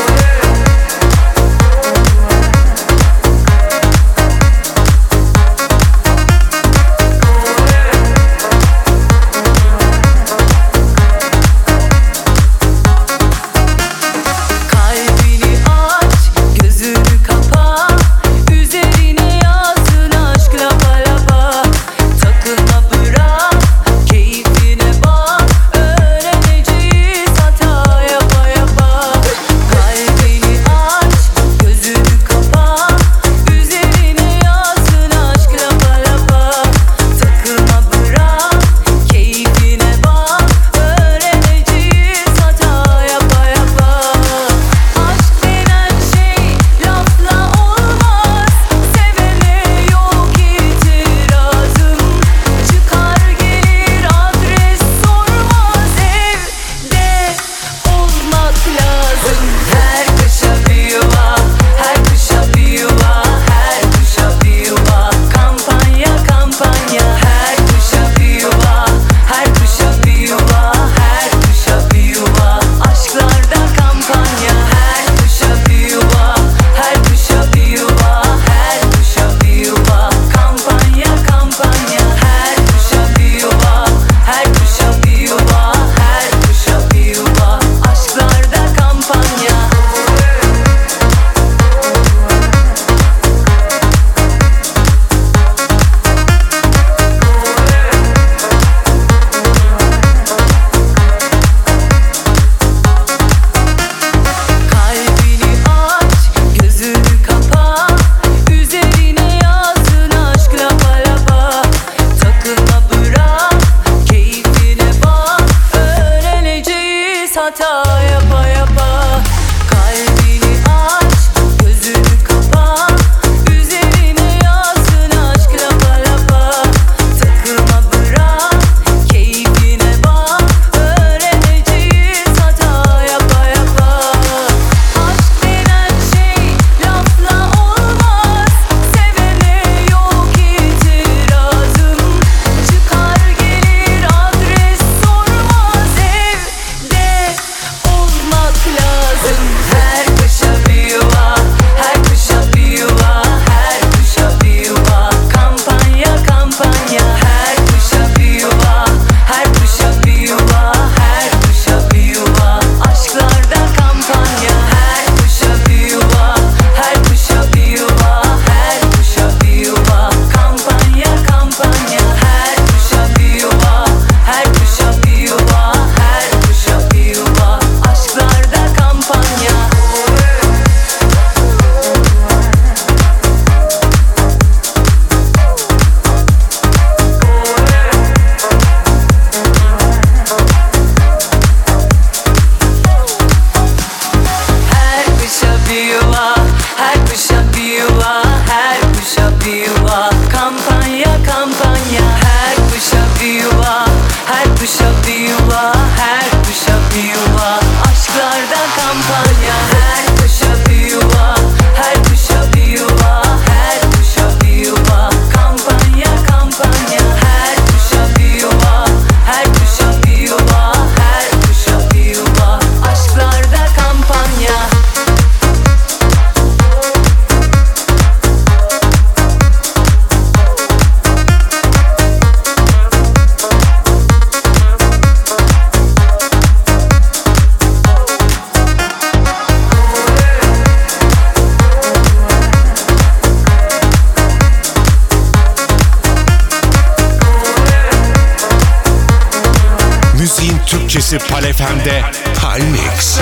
Türkçesi Pal F M'de Palmix.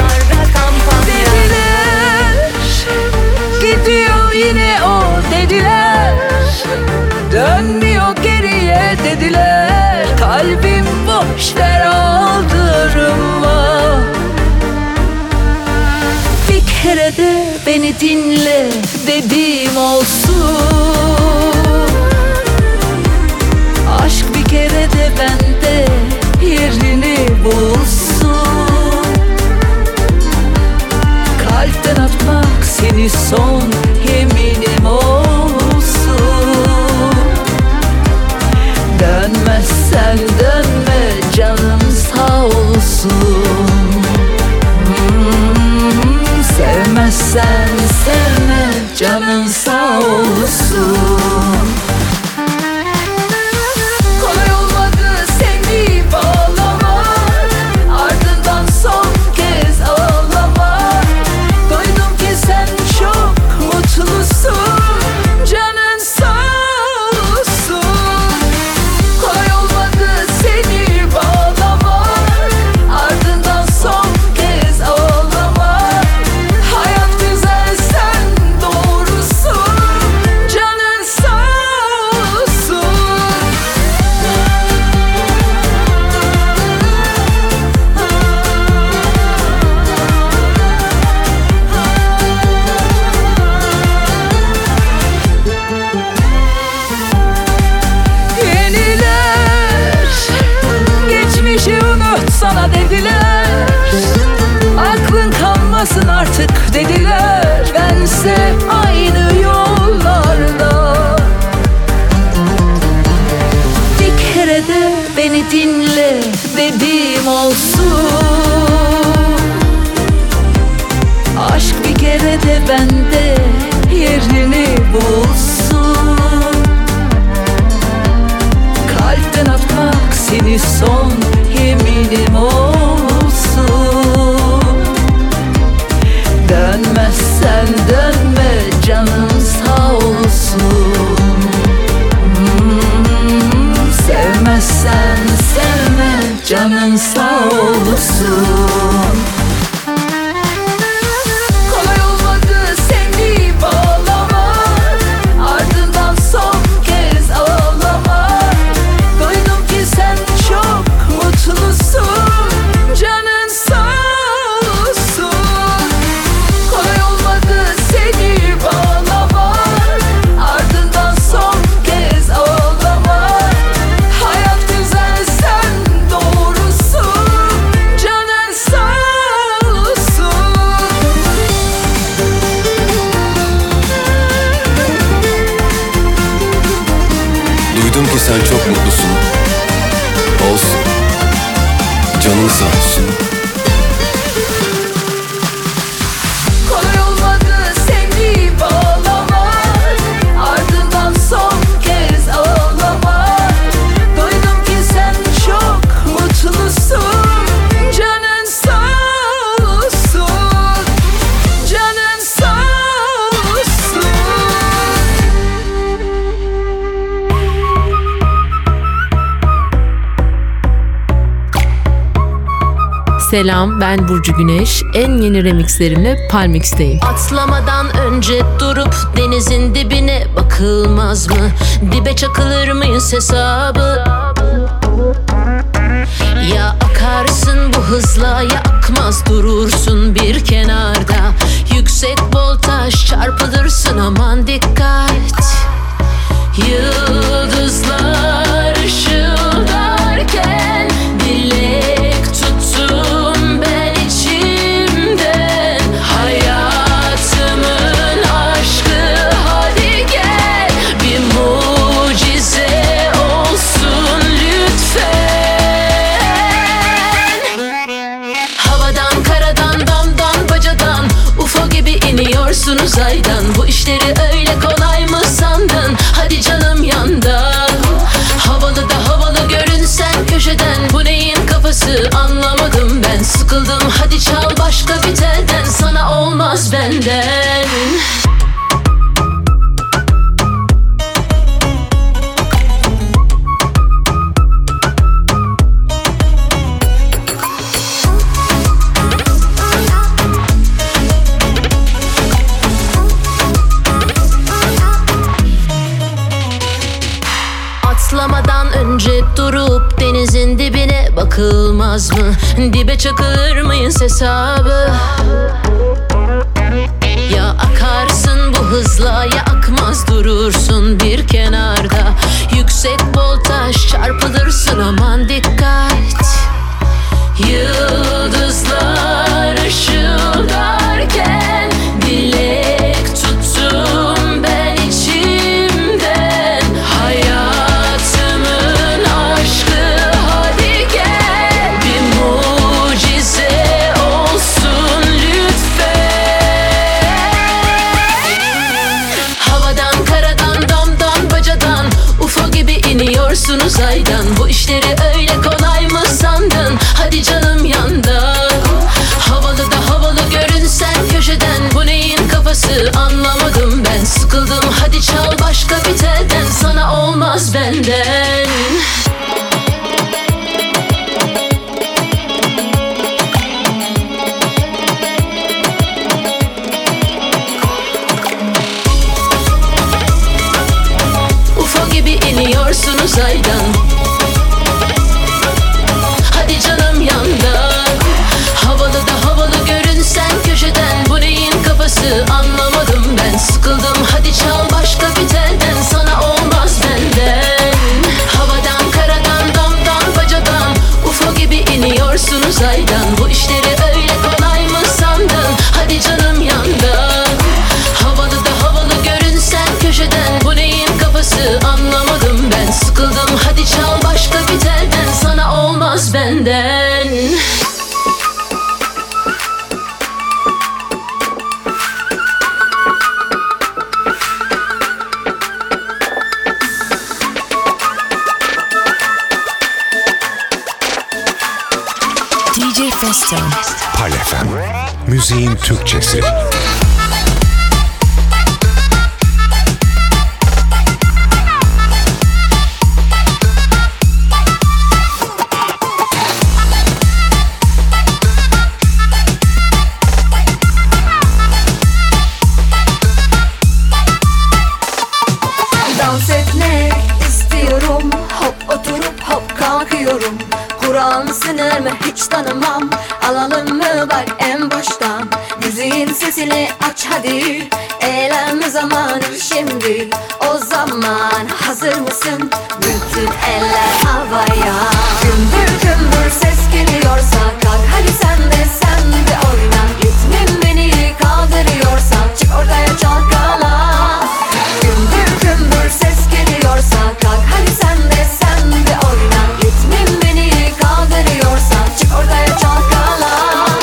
Dediler, gidiyor yine o dediler, dönmüyor geriye dediler. Kalbim boş, ver aldırma. Bir kere de beni dinle dediğim olsun. Aşk bir kere de bende yerini bulsun. Kalpten atmak seni son yeminim olsun. Dönmezsen dönme canım artık dediler, bense aynı yollarda. Bir kere de beni dinle dediğim olsun. Aşk bir kere de bende yerini bulsun. Kalpten atmak seni son yeminim olsun. Dönmezsen dönme canım sağ olsun. hmm, Sevmezsen sevme canım sağ olsun. Kolay olmadı seni bağlamak, ardından son kez ağlamak. Duydum ki sen çok mutlusun, canın sağ olsun. Kolay olmadı seni bağlamak, ardından son kez ağlamak. Hayat güzel sen doğrusun, canın sağ olsun. Duydum ki sen çok mutlusun. Olsun. Canın sağ olsun. Kolay olmadı seni bağlamak, ardından son kez ağlamak. Duydum ki sen çok mutlusun, canın sağ olsun. Canın sağ olsun. Selam, ben Burcu Güneş. En yeni remixlerimle Palmix'teyim. Atlamadan önce durup denizin dibine bakılmaz mı? Dibe çakılır mıyız hesabı? Ya akarsın bu hızla ya akmaz durursun bir kenarda. Yüksek voltaj çarpılırsın aman dikkat. Yıldızlar ışıldarken dilek tuttum ben içimden. Hayatımın aşkı hadi gel, bir mucize olsun lütfen. Havadan karadan damdan bacadan U F O gibi iniyorsun uzaydan. Bu işleri öyle kolay mı sandın? Hadi canım yandan. Havalı da havalı görünsen köşeden. Bu neyin kafası anlamadım ben. Sıkıldım hadi çal başka bir telden. Sana olmaz benden. Atlamadan önce durup denizin dibine bakılmaz mı? Dibe çakılır mıyız hesabı? Ya akarsın bu hızla ya akmaz durursun bir kenarda. Yüksek voltaj çarpılırsın aman dikkat. Yıldızlar ışıldarken dilek tuttum ben içimden. Hayatımın aşkı hadi gel, bir mucize olsun lütfen. Havadan karadan damdan bacadan U F O gibi iniyorsun uzaydan. Bu işleri öyle kolay mı sandın? Hadi canım yandan. Havalı da havalı görünsen köşeden. Bu neyin kafası anlamadım ben. Sıkıldım hadi çal başka bir telden. Sana olmaz benden. U F O gibi iniyorsun uzaydan. Hadi canım yandan. Havalı da havalı görünsen köşeden. Bu neyin kafası anlamadım ben. Sıkıldım hadi çal başka bir telden. Sana olmaz benden. Havadan karadan damdan bacadan U F O gibi iniyorsun uzaydan. Bu işleri öyle kolay mı sandın? Hadi canım müziğin Türkçesi. Dans etmek istiyorum, hop oturup hop kalkıyorum. Kur'an sınırımı hiç tanımam, alalım mı bak en baştan. Müziğin sesini aç hadi, eğlenme zamanı şimdi. O zaman hazır mısın? Bütün eller havaya. Gümbür gümbür ses geliyorsa kalk hadi sen de sen de oyna. Ritmin beni kaldırıyorsa çık ortaya çalkala. Gümbür gümbür ses geliyorsa kalk hadi sen de sen de oyna. Ritmin beni kaldırıyorsa çık ortaya çalkala.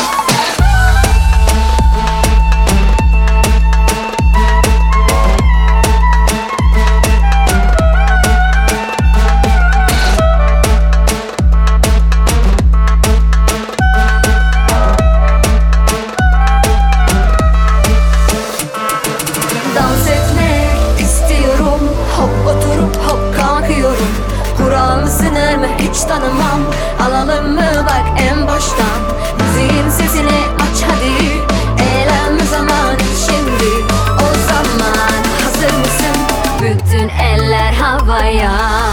Dans etmek istiyorum, hop oturup hop kalkıyorum. Kur'an sınırımı hiç tanımam, alalım mı bak en baştan. Müziğin sesini aç hadi, eğlenme zamanı şimdi. O zaman hazır mısın? Bütün eller havaya.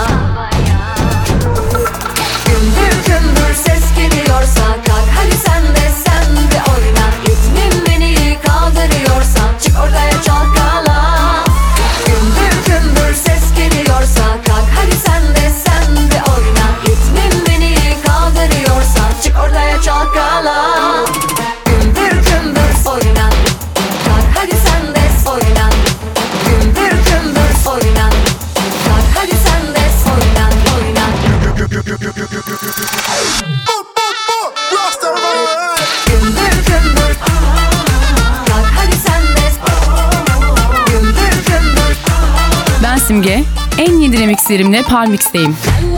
Gümbür gümbür ses geliyorsa kalk hadi sen de sen de oyna. Ritmin beni kaldırıyorsa çık ortaya çalkala. Gümbür gümbür ses geliyorsa kalk hadi sen de sen de oyna. Ritmin beni kaldırıyorsa çık ortaya çalkala. Gümbür gümbür oyna, kalk hadi sen de oyna. Gümbür gümbür oyna, kalk hadi sen de oyna oyna. Gümbür gümbür kalk hadi sen de. Gümbür gümbür. Ben Simge. En yeni remixlerimle Palmix'teyim.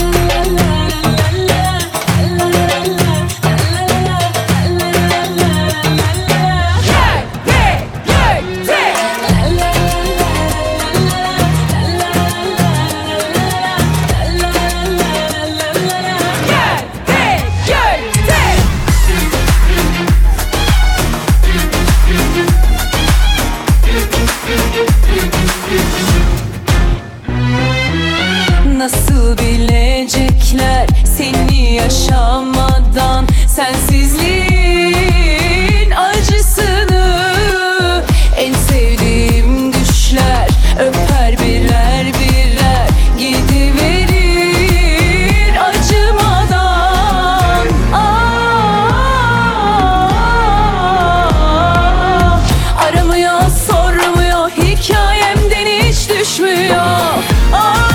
Nasıl bilecekler seni yaşamadan, sensizliğin acısını. En sevdiğim düşler öper birer birer, gidiverir acımadan. Ah, aramıyor sormuyor, hikayemden hiç düşmüyor. Ah,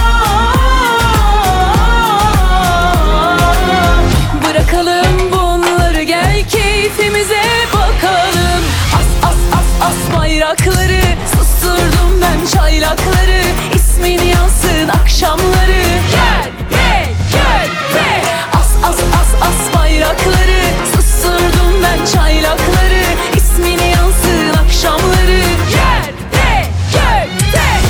bırakalım bunları, gel keyfimize bakalım. As as as as bayrakları, susturdum ben çaylakları. İsmin yansın akşamları. Gel gel gel gel. As as as as bayrakları, susturdum ben çaylakları. İsmin yansın akşamları. Gel gel gel gel.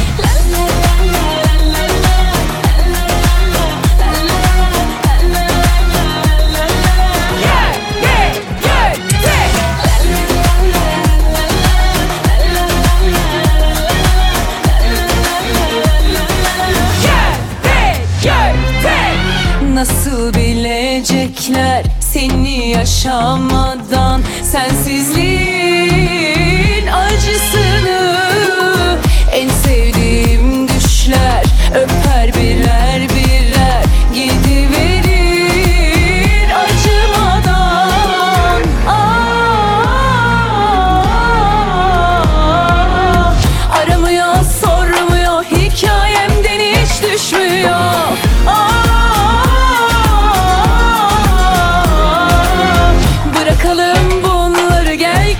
Nasıl bilecekler seni yaşamadan, sensizliğin acısını. En sevdiğim düşler öper birer birer, gidiverir acımadan. Ah, aramıyor sormuyor, hikayemden hiç düşmüyor. Ah, bırakalım bunları, gel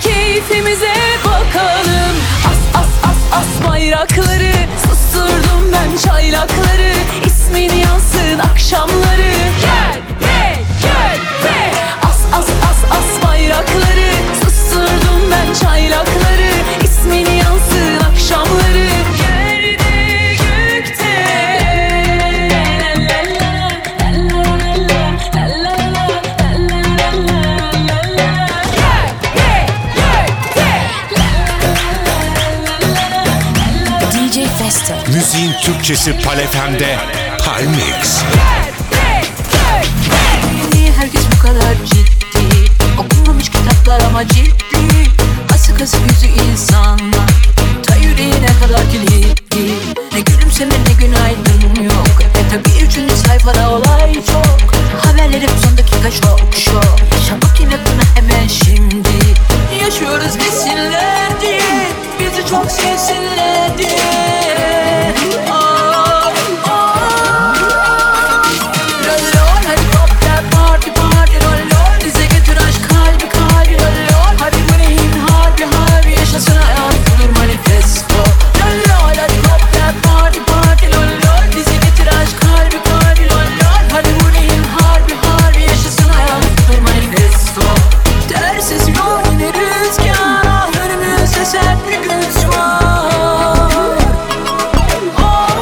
Türkçesi Pal F M'de Palmix. Niye herkes bu kadar ciddi? Okunmamış kitaplar ama ciddi. Asık asık yüzü insanlar, ta yüreğine kadar kilitli. Ne gülümseme ne günaydın yok. E tabi üçüncü sayfada olay çok. Haberlerim son dakika şok şok. Yaşamak yine bana hemen şimdi. Yaşıyoruz desinler diye, bizi çok sevsinler diye. Oh, oh. Lolol hadi poplar party party lolol. Bize getir aşk kalbi kalbi lolol. Hadi bu neyin harbi harbi yaşasın hayat budur manifesto. Lolol hadi poplar party party lolol. Bize getir aşk kalbi kalbi lolol. Hadi bu neyin harbi harbi yaşasın hayat budur manifesto. Dersiz yol yine rüzgar, önümüzde sert bir güç var. Oh,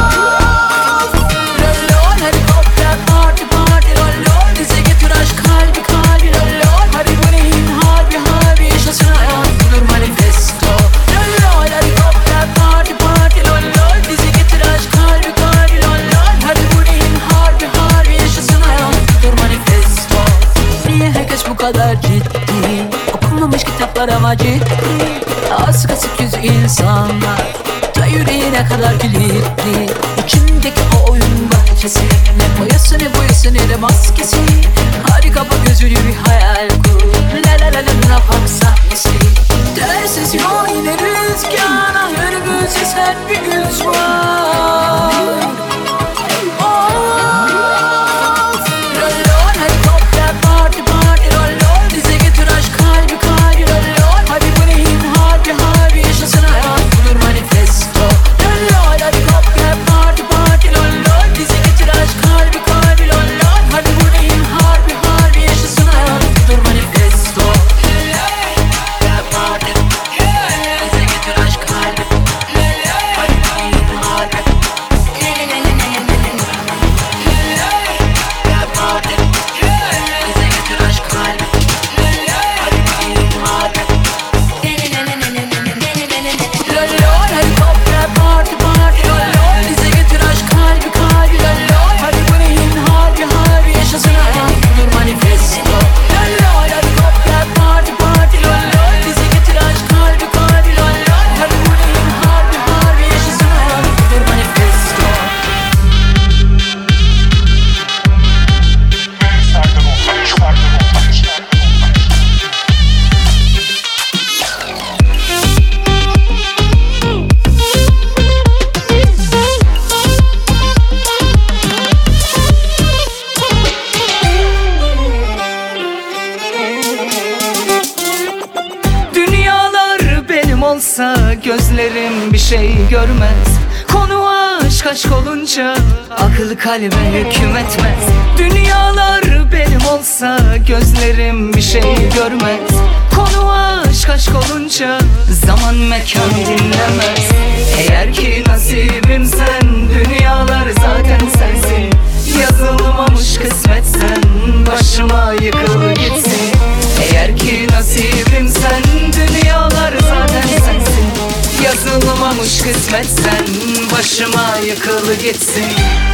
lolol hadi poplar party party lolol. Bize getir aşk kalbi kalbi lolol. Hadi bu neyin harbi harbi yaşasın hayat budur manifesto. Lolol hadi poplar party party lolol. Bize getir aşk kalbi kalbi lolol. Hadi bu neyin harbi harbi yaşasın hayat budur manifesto. Niye herkes bu kadar ciddi? Okunmamış kitaplar ama ciddi. Asık asık yüzü insanlar, ta yüreğine kadar kilitli. İçimdeki o oyun bahçesi, ne boyası ne boyası ne de maskesi. Hadi kapa gözünü bir hayal kur. La la la la la bak sahnesi. Dersiz yol yine rüzgar, önümüzde sert bir güç var. Oh, lolol hadi poplar party party lolol. Bize getir aşk kalbi kalbi lolol. Hadi bu neyin harbi harbi yaşasın hayat budur manifesto. Lolol hadi poplar party party lolol. Bize getir aşk kalbi kalbi lolol. Hadi bu neyin harbi harbi yaşasın hayat budur manifesto. Lolol party, bize getir aşk kalbi. Hadi bu neyin harbi. Lolol hadi poplar party party lolol. Bize getir aşk kalbi kalbi lolol. Hadi bu neyin harbi harbi yaşasın hayat budur manifesto. Lolol hadi poplar party party lolol. Bize getir aşk kalbi kalbi lolol. Hadi bu neyin harbi harbi yaşasın hayat budur manifesto. Dünyalar benim olsa gözlerim bir şey görmez. Konu aşk aşk olunca akıl kalbe hüküm etmez. Dünyalar benim olsa gözlerim bir şey görmez. Konu aşk aşk olunca zaman mekan dinlemez. Eğer ki nasibim sen, dünyalar zaten sensin. Yazılmamış kısmet sen, başıma yıkıl gitsin. Eğer ki nasibim sen, dünyalar zaten sensin. Yazılmamış kısmet sen, başıma yıkıl gitsin.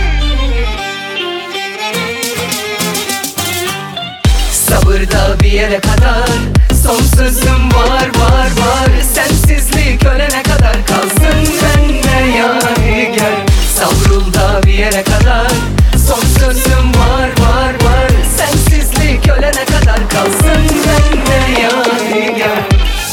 Sabırda bir yere kadar, son sözüm var var var. Sensizlik ölene kadar kalsın bende yadigar. Savrulda bir yere kadar, son sözüm var var var. Sensizlik ölene kadar kalsın bende yadigar.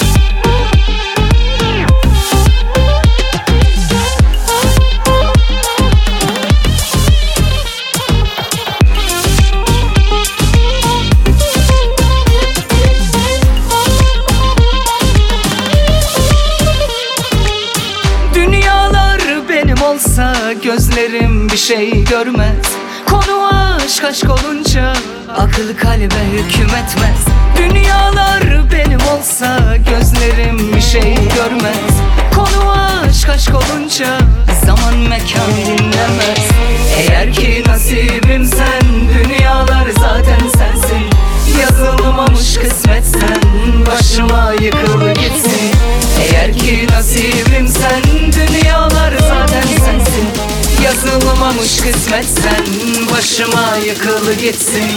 olsa gözlerim bir şey görmez. Konu aşk aşk olunca akıl kalbe hüküm etmez. Dünyalar benim olsa gözlerim bir şey görmez. Konu aşk aşk olunca zaman mekan dinlemez. Eğer ki nasibim sen, dünyalar zaten sensin. Yazılmamış kısmet sen, başıma yıkıl gitsin. Eğer ki nasibim sen, dünyalar zaten sensin. kısmetsen başıma yıkılı gitsin.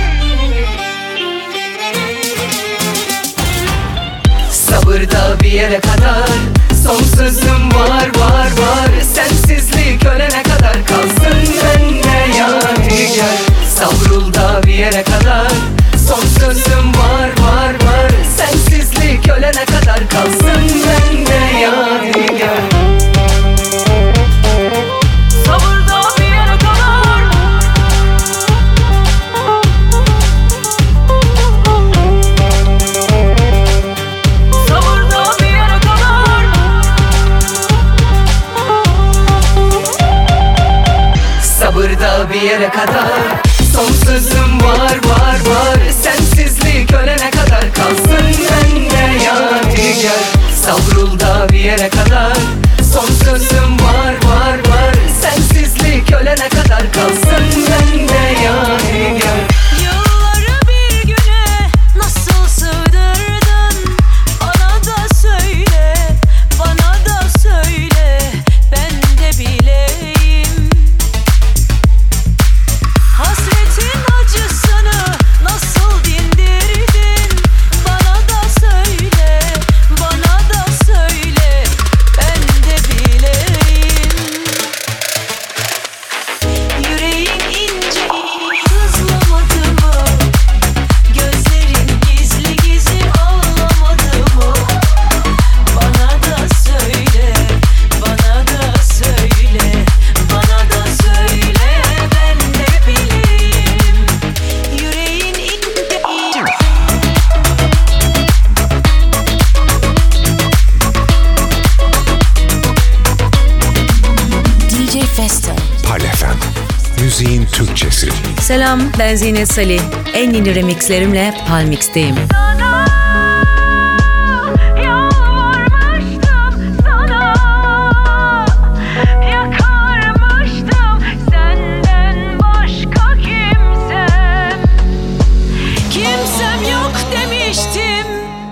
Sabırda bir yere kadar, son sözüm var var var. Sensizlik ölene kadar kalsın benimle yadigar. Savrul da bir yere kadar, son sözüm var var var. Sensizlik ölene kadar kalsın benimle yadigar. Sabırda bir yere kadar, sabırda bir yere kadar. Sabırda bir yere kadar, son sözüm var var var. Sensizlik ölene kadar kalsın benimle yadigar. Savrul da bir yere kadar, son sözüm var var var. Sensizlik ölene kadar kalsın benimle yadigar. Yılları bir güne nasıl sığdırdın? Bana da söyle, bana da söyle, ben de bileyim. Hasretin acısını nasıl dindirdin? Bana da söyle, bana da söyle, ben de bileyim. Yüreğin ince sızlamadı mı? Gözlerin gizli gizli ağlamadı mı? Bana da söyle, bana da söyle, bana da söyle, ben de bileyim. Yüreğin ince D J Festo. Pal F M, müziğin Türkçesi. Selam, ben Zinet Salih. En yeni remixlerimle Palmix'teyim. yalvarmıştım sana, yakarmıştım senden başka kimsem. Kimsem yok demiştim.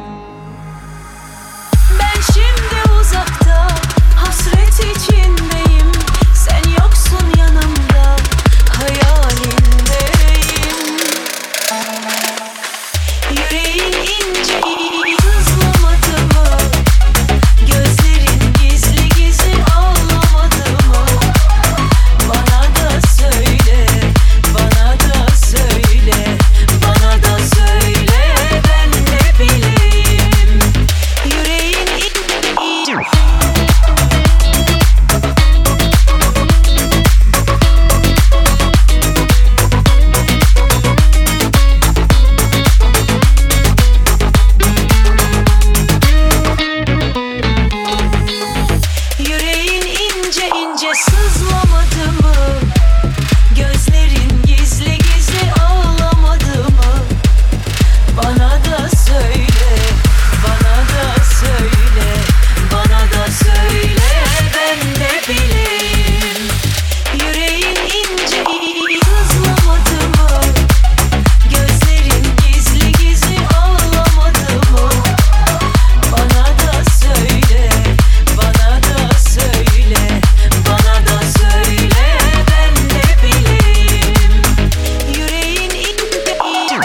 Ben şimdi uzakta, hasret içindeyim. Sen yoksun yanımda, hayalindeyim. Yüreğin ince sızlamadı mı? Gözlerin gizli gizli ağlamadı mı? Bana da söyle, bana da söyle, bana da söyle, ben de bileyim. Yüreğin ince Yüreğin ince ince sızlamadı mı? Gözlerin gizli gizli ağlamadı mı? Bana da söyle, bana da söyle, bana da söyle, ben de bileyim. Yüreğin ince sızlamadı mı? Gözlerin gizli gizli ağlamadı mı? Bana da söyle, bana da söyle, bana da söyle, ben de bileyim. Yüreğin ince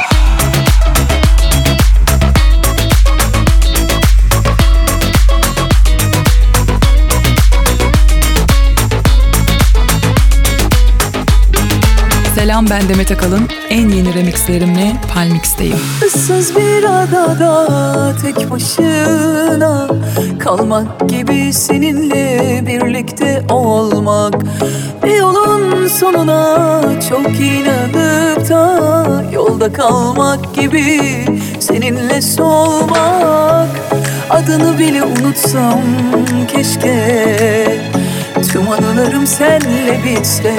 Selam, ben Demet Akalın. En yeni remixlerimle Palmix'teyim. Issız bir adada tek başına kalmak gibi seninle birlikte olmak. Bir yolun sonuna çok inanıp da yolda kalmak gibi seninle solmak. Adını bile unutsam keşke, tüm anılarım senle bitse.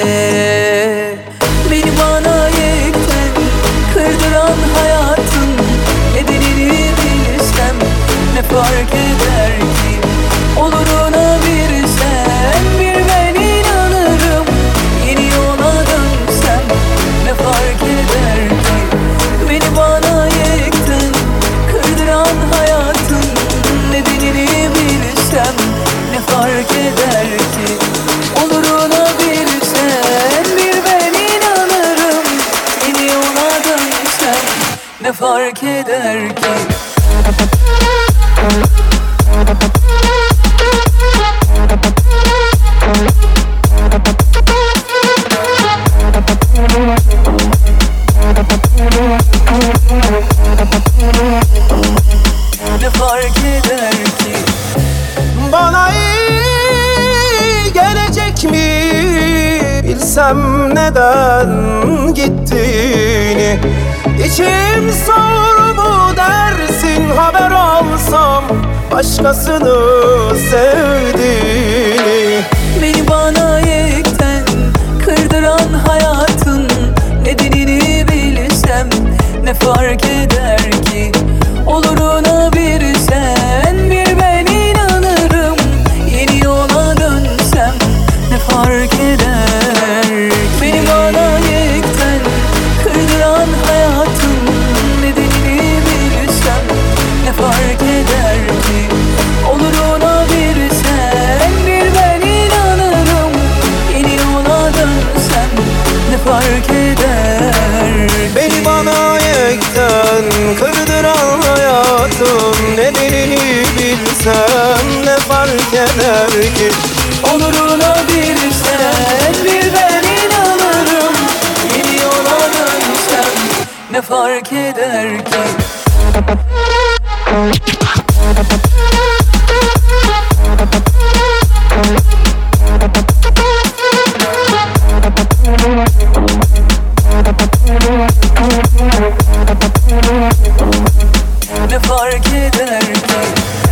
Beni bana yekten kırdıran hayatın nedenini bilsem ne fark eder ki? Oluruna bir sen, bir ben inanırım. Yeni yola dönsem ne fark eder ki? Beni bana yekten kırdıran hayatın nedenini bilsem ne fark eder ki? Oluruna bir sen. bilsem neden gittiğini. İçim soğur mu dersin haber alsam başkasını sevdiğini. Beni bana yekten kırdıran hayatın nedenini bilsem ne fark eder ki? Oluruna bir sen bir ben inanırım. Yeni yola dönsem ne fark eder? Beni bana yekten kırdıran hayatın nedenini bilsem ne fark eder ki? Oluruna bir sen bir ben inanırım. Yeni yola dönsem ne fark eder? Beni bana yekten kırdıran hayatın nedenini bilsem ne fark eder ki? Oluruna bir sen bir ben inanırım. Yeni yola dönsem ne fark eder ki? Ne fark eder ki?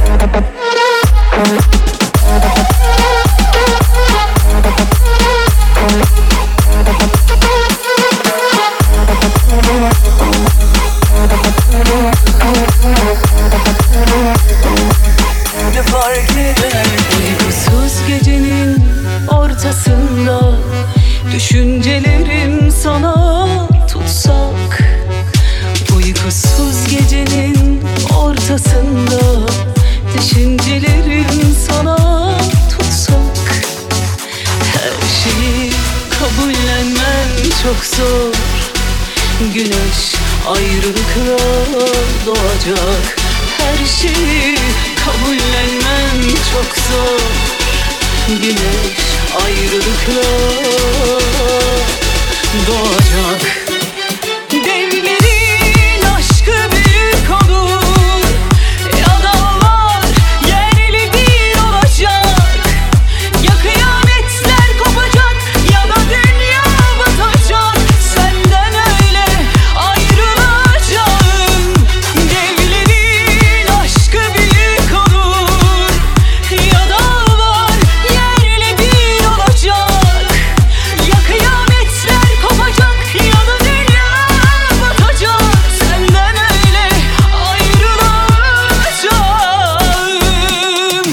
Ne fark eder ki? Uykusuz gecenin ortasında düşüncelerim sana tutsak. Uykusuz gecenin ortasında düşüncelerim sana tutsak. Her şeyi kabullenmem çok zor. Güneş ayrılıkla doğacak. Her şeyi kabullenmem çok zor. Güneş ayrılıkla doğacak. Devlerin aşkı büyük olur ya dağlar yerli bir olacak. Ya kıyametler kopacak ya da dünya batacak. Senden öyle ayrılacağım. Devlerin aşkı büyük olur ya dağlar yerli bir olacak. Ya kıyametler kopacak ya da dünya batacak. Senden öyle ayrılacağım.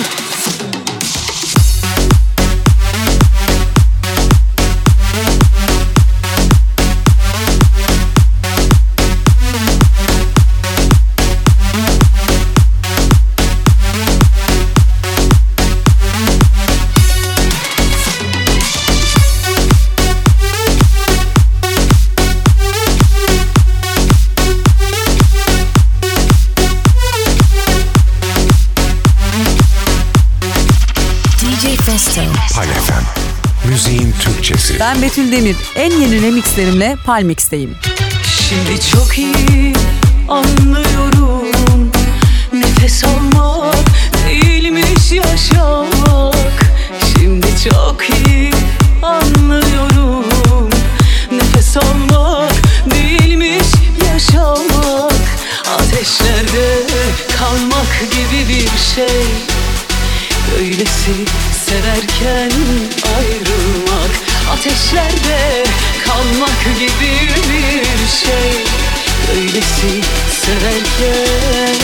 D J Festo. Pal F M, müziğin Türkçesi. Ben Betül Demir. En yeni remixlerimle Palmix'teyim. Şimdi çok iyi anlıyorum. Nefes almak değilmiş yaşamak. Şimdi çok iyi anlıyorum. Nefes almak değilmiş yaşamak. Ateşlerde kalmak gibi bir şey. Böylesi severken ayrılmak. Ateşlerde kalmak gibi bir şey. Böylesi severken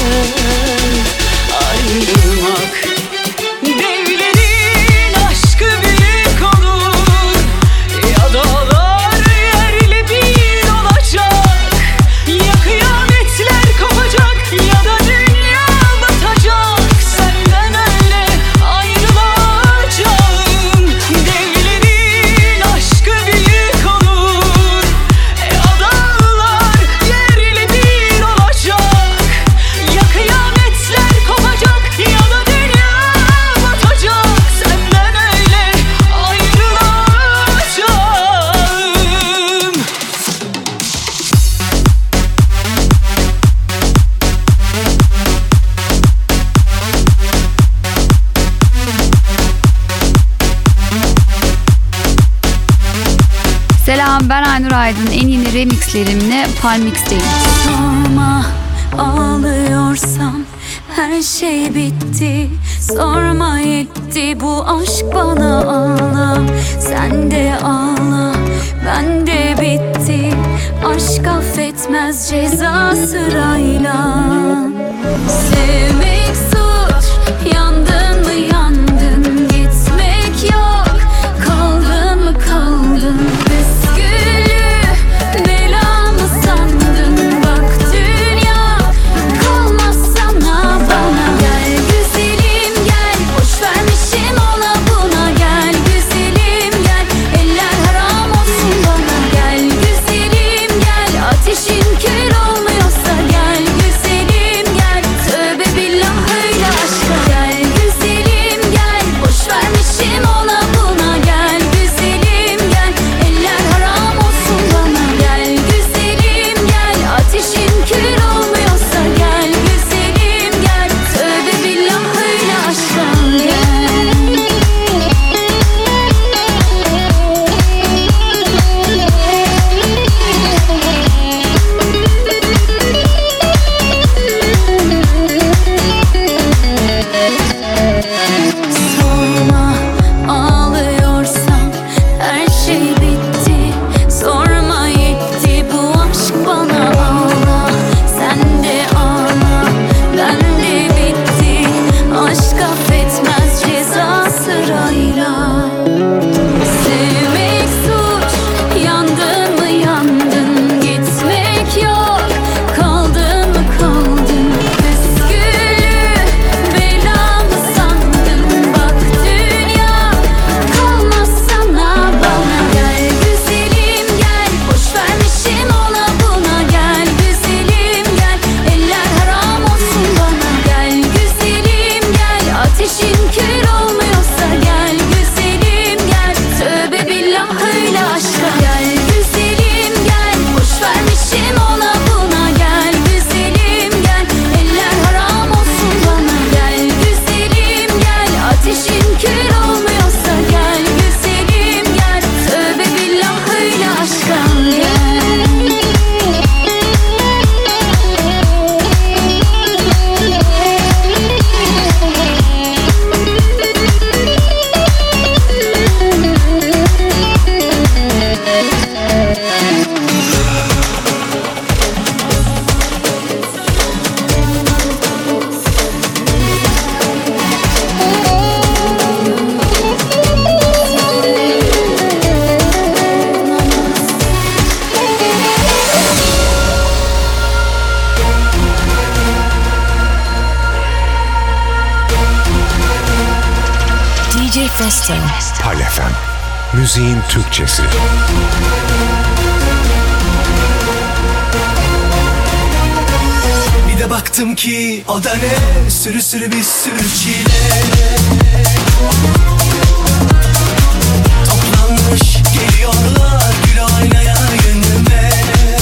ayrılmak. Devlerin aşkı büyük olur ya dağlar yerli bir olacak. Ya kıyametler kopacak ya da dünya batacak. Senden öyle ayrılacağım. Devlerin aşkı büyük olur ya dağlar yerli bir olacak. Ya kıyametler kopacak ya da dünya Selam, ben Aynur Aydın. En yeni remixlerimle Palmix'teyim. Sorma, ağlıyorsam her şey bitti. Sorma yetti bu aşk bana, ağla. Sen de ağla, ben de bitti. Aşk affetmez, ceza sırayla. Sevmek suç, yandın mı yandın. Gitmek yok, kaldın mı kaldın. Püsküllü bela mı sandın. Bak dünya kalmaz sana bana. Gel güzelim gel, boş vermişim ona buna. Gel güzelim gel, eller haram olsun bana. Gel güzelim gel, ateşin kül olmuyorsa. Gel güzelim gel, tövbe billah öyle aşka. Gel güzelim gel, boş vermişim ona buna. Gel güzelim gel, eller haram olsun bana. Gel güzelim gel, ateşin kül olmuyorsa. Gel güzelim gel, tövbe billah öyle aşka. Sorma, ağlıyorsam her şey bitti. Sorma yetti bu aşk bana, ağla. Sen de ağla, ben de bitti. Aşk affetmez, ceza sırayla. Sevmek suç, yandın mı yandın. Gitmek yok, kaldın mı kaldın. Püsküllü bela mı sandın. Bak dünya kalmaz sana bana. Gel güzelim gel, boş vermişim ona buna. Gel güzelim gel, eller haram olsun bana. Gel güzelim gel, ateşin kül olmuyorsa. Gel güzelim gel, tövbe billah öyle aşka. Gel güzelim gel, boş vermişim ona buna. Gel güzelim gel, eller haram olsun bana. Gel güzelim gel, ateşin kül olmuyorsa. Gel güzelim gel, tövbe billah öyle aşka. D J Festo. Pal F M, müziğin Türkçesi. Bir de baktım ki o da ne, sürü sürü bir sürü çile. Toplanmış geliyorlar gül oynaya gönlüme.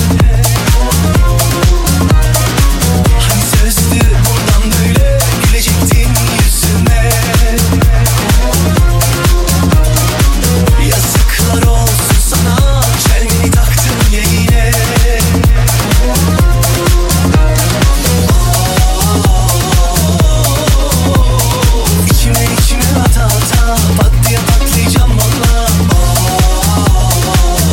Hani sözdü bundan böyle, gülecektin yüzüme. Yazıklar olsun sana, çelmeni taktın ya yine. İçime içime ata ata, pat diye patlayacağım valla.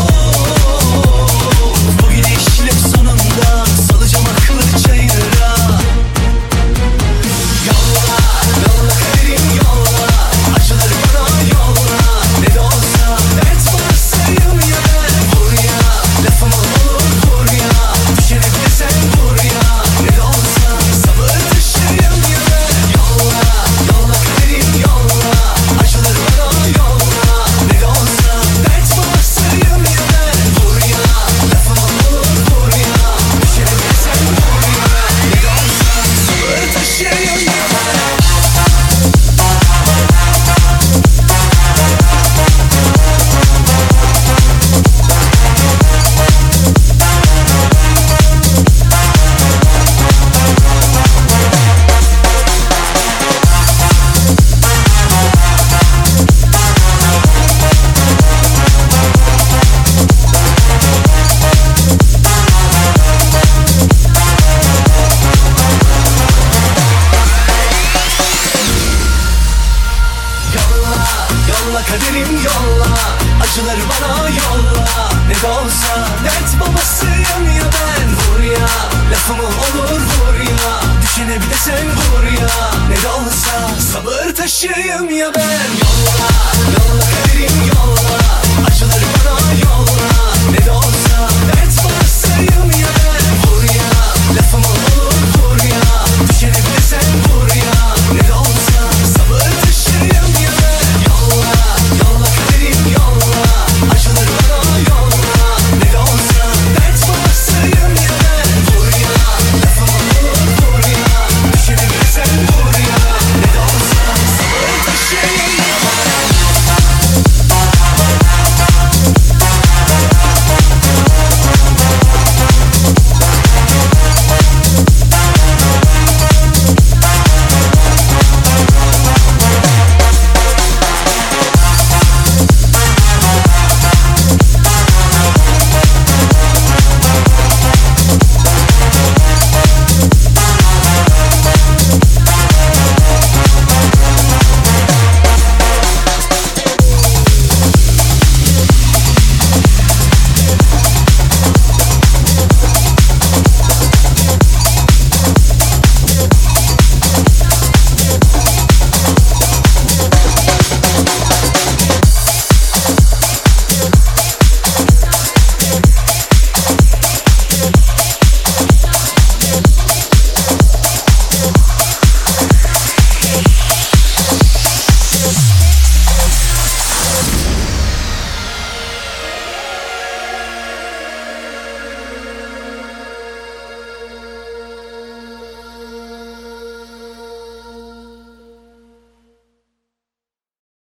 Yolla kaderim yolla, acıları bana yolla. Ne de olsa dert babasıyım ya ben. Vur ya, lafımı olur vur ya. Düşene bir de sen vur ya. Ne de olsa sabır taşıyım ya ben. Yolla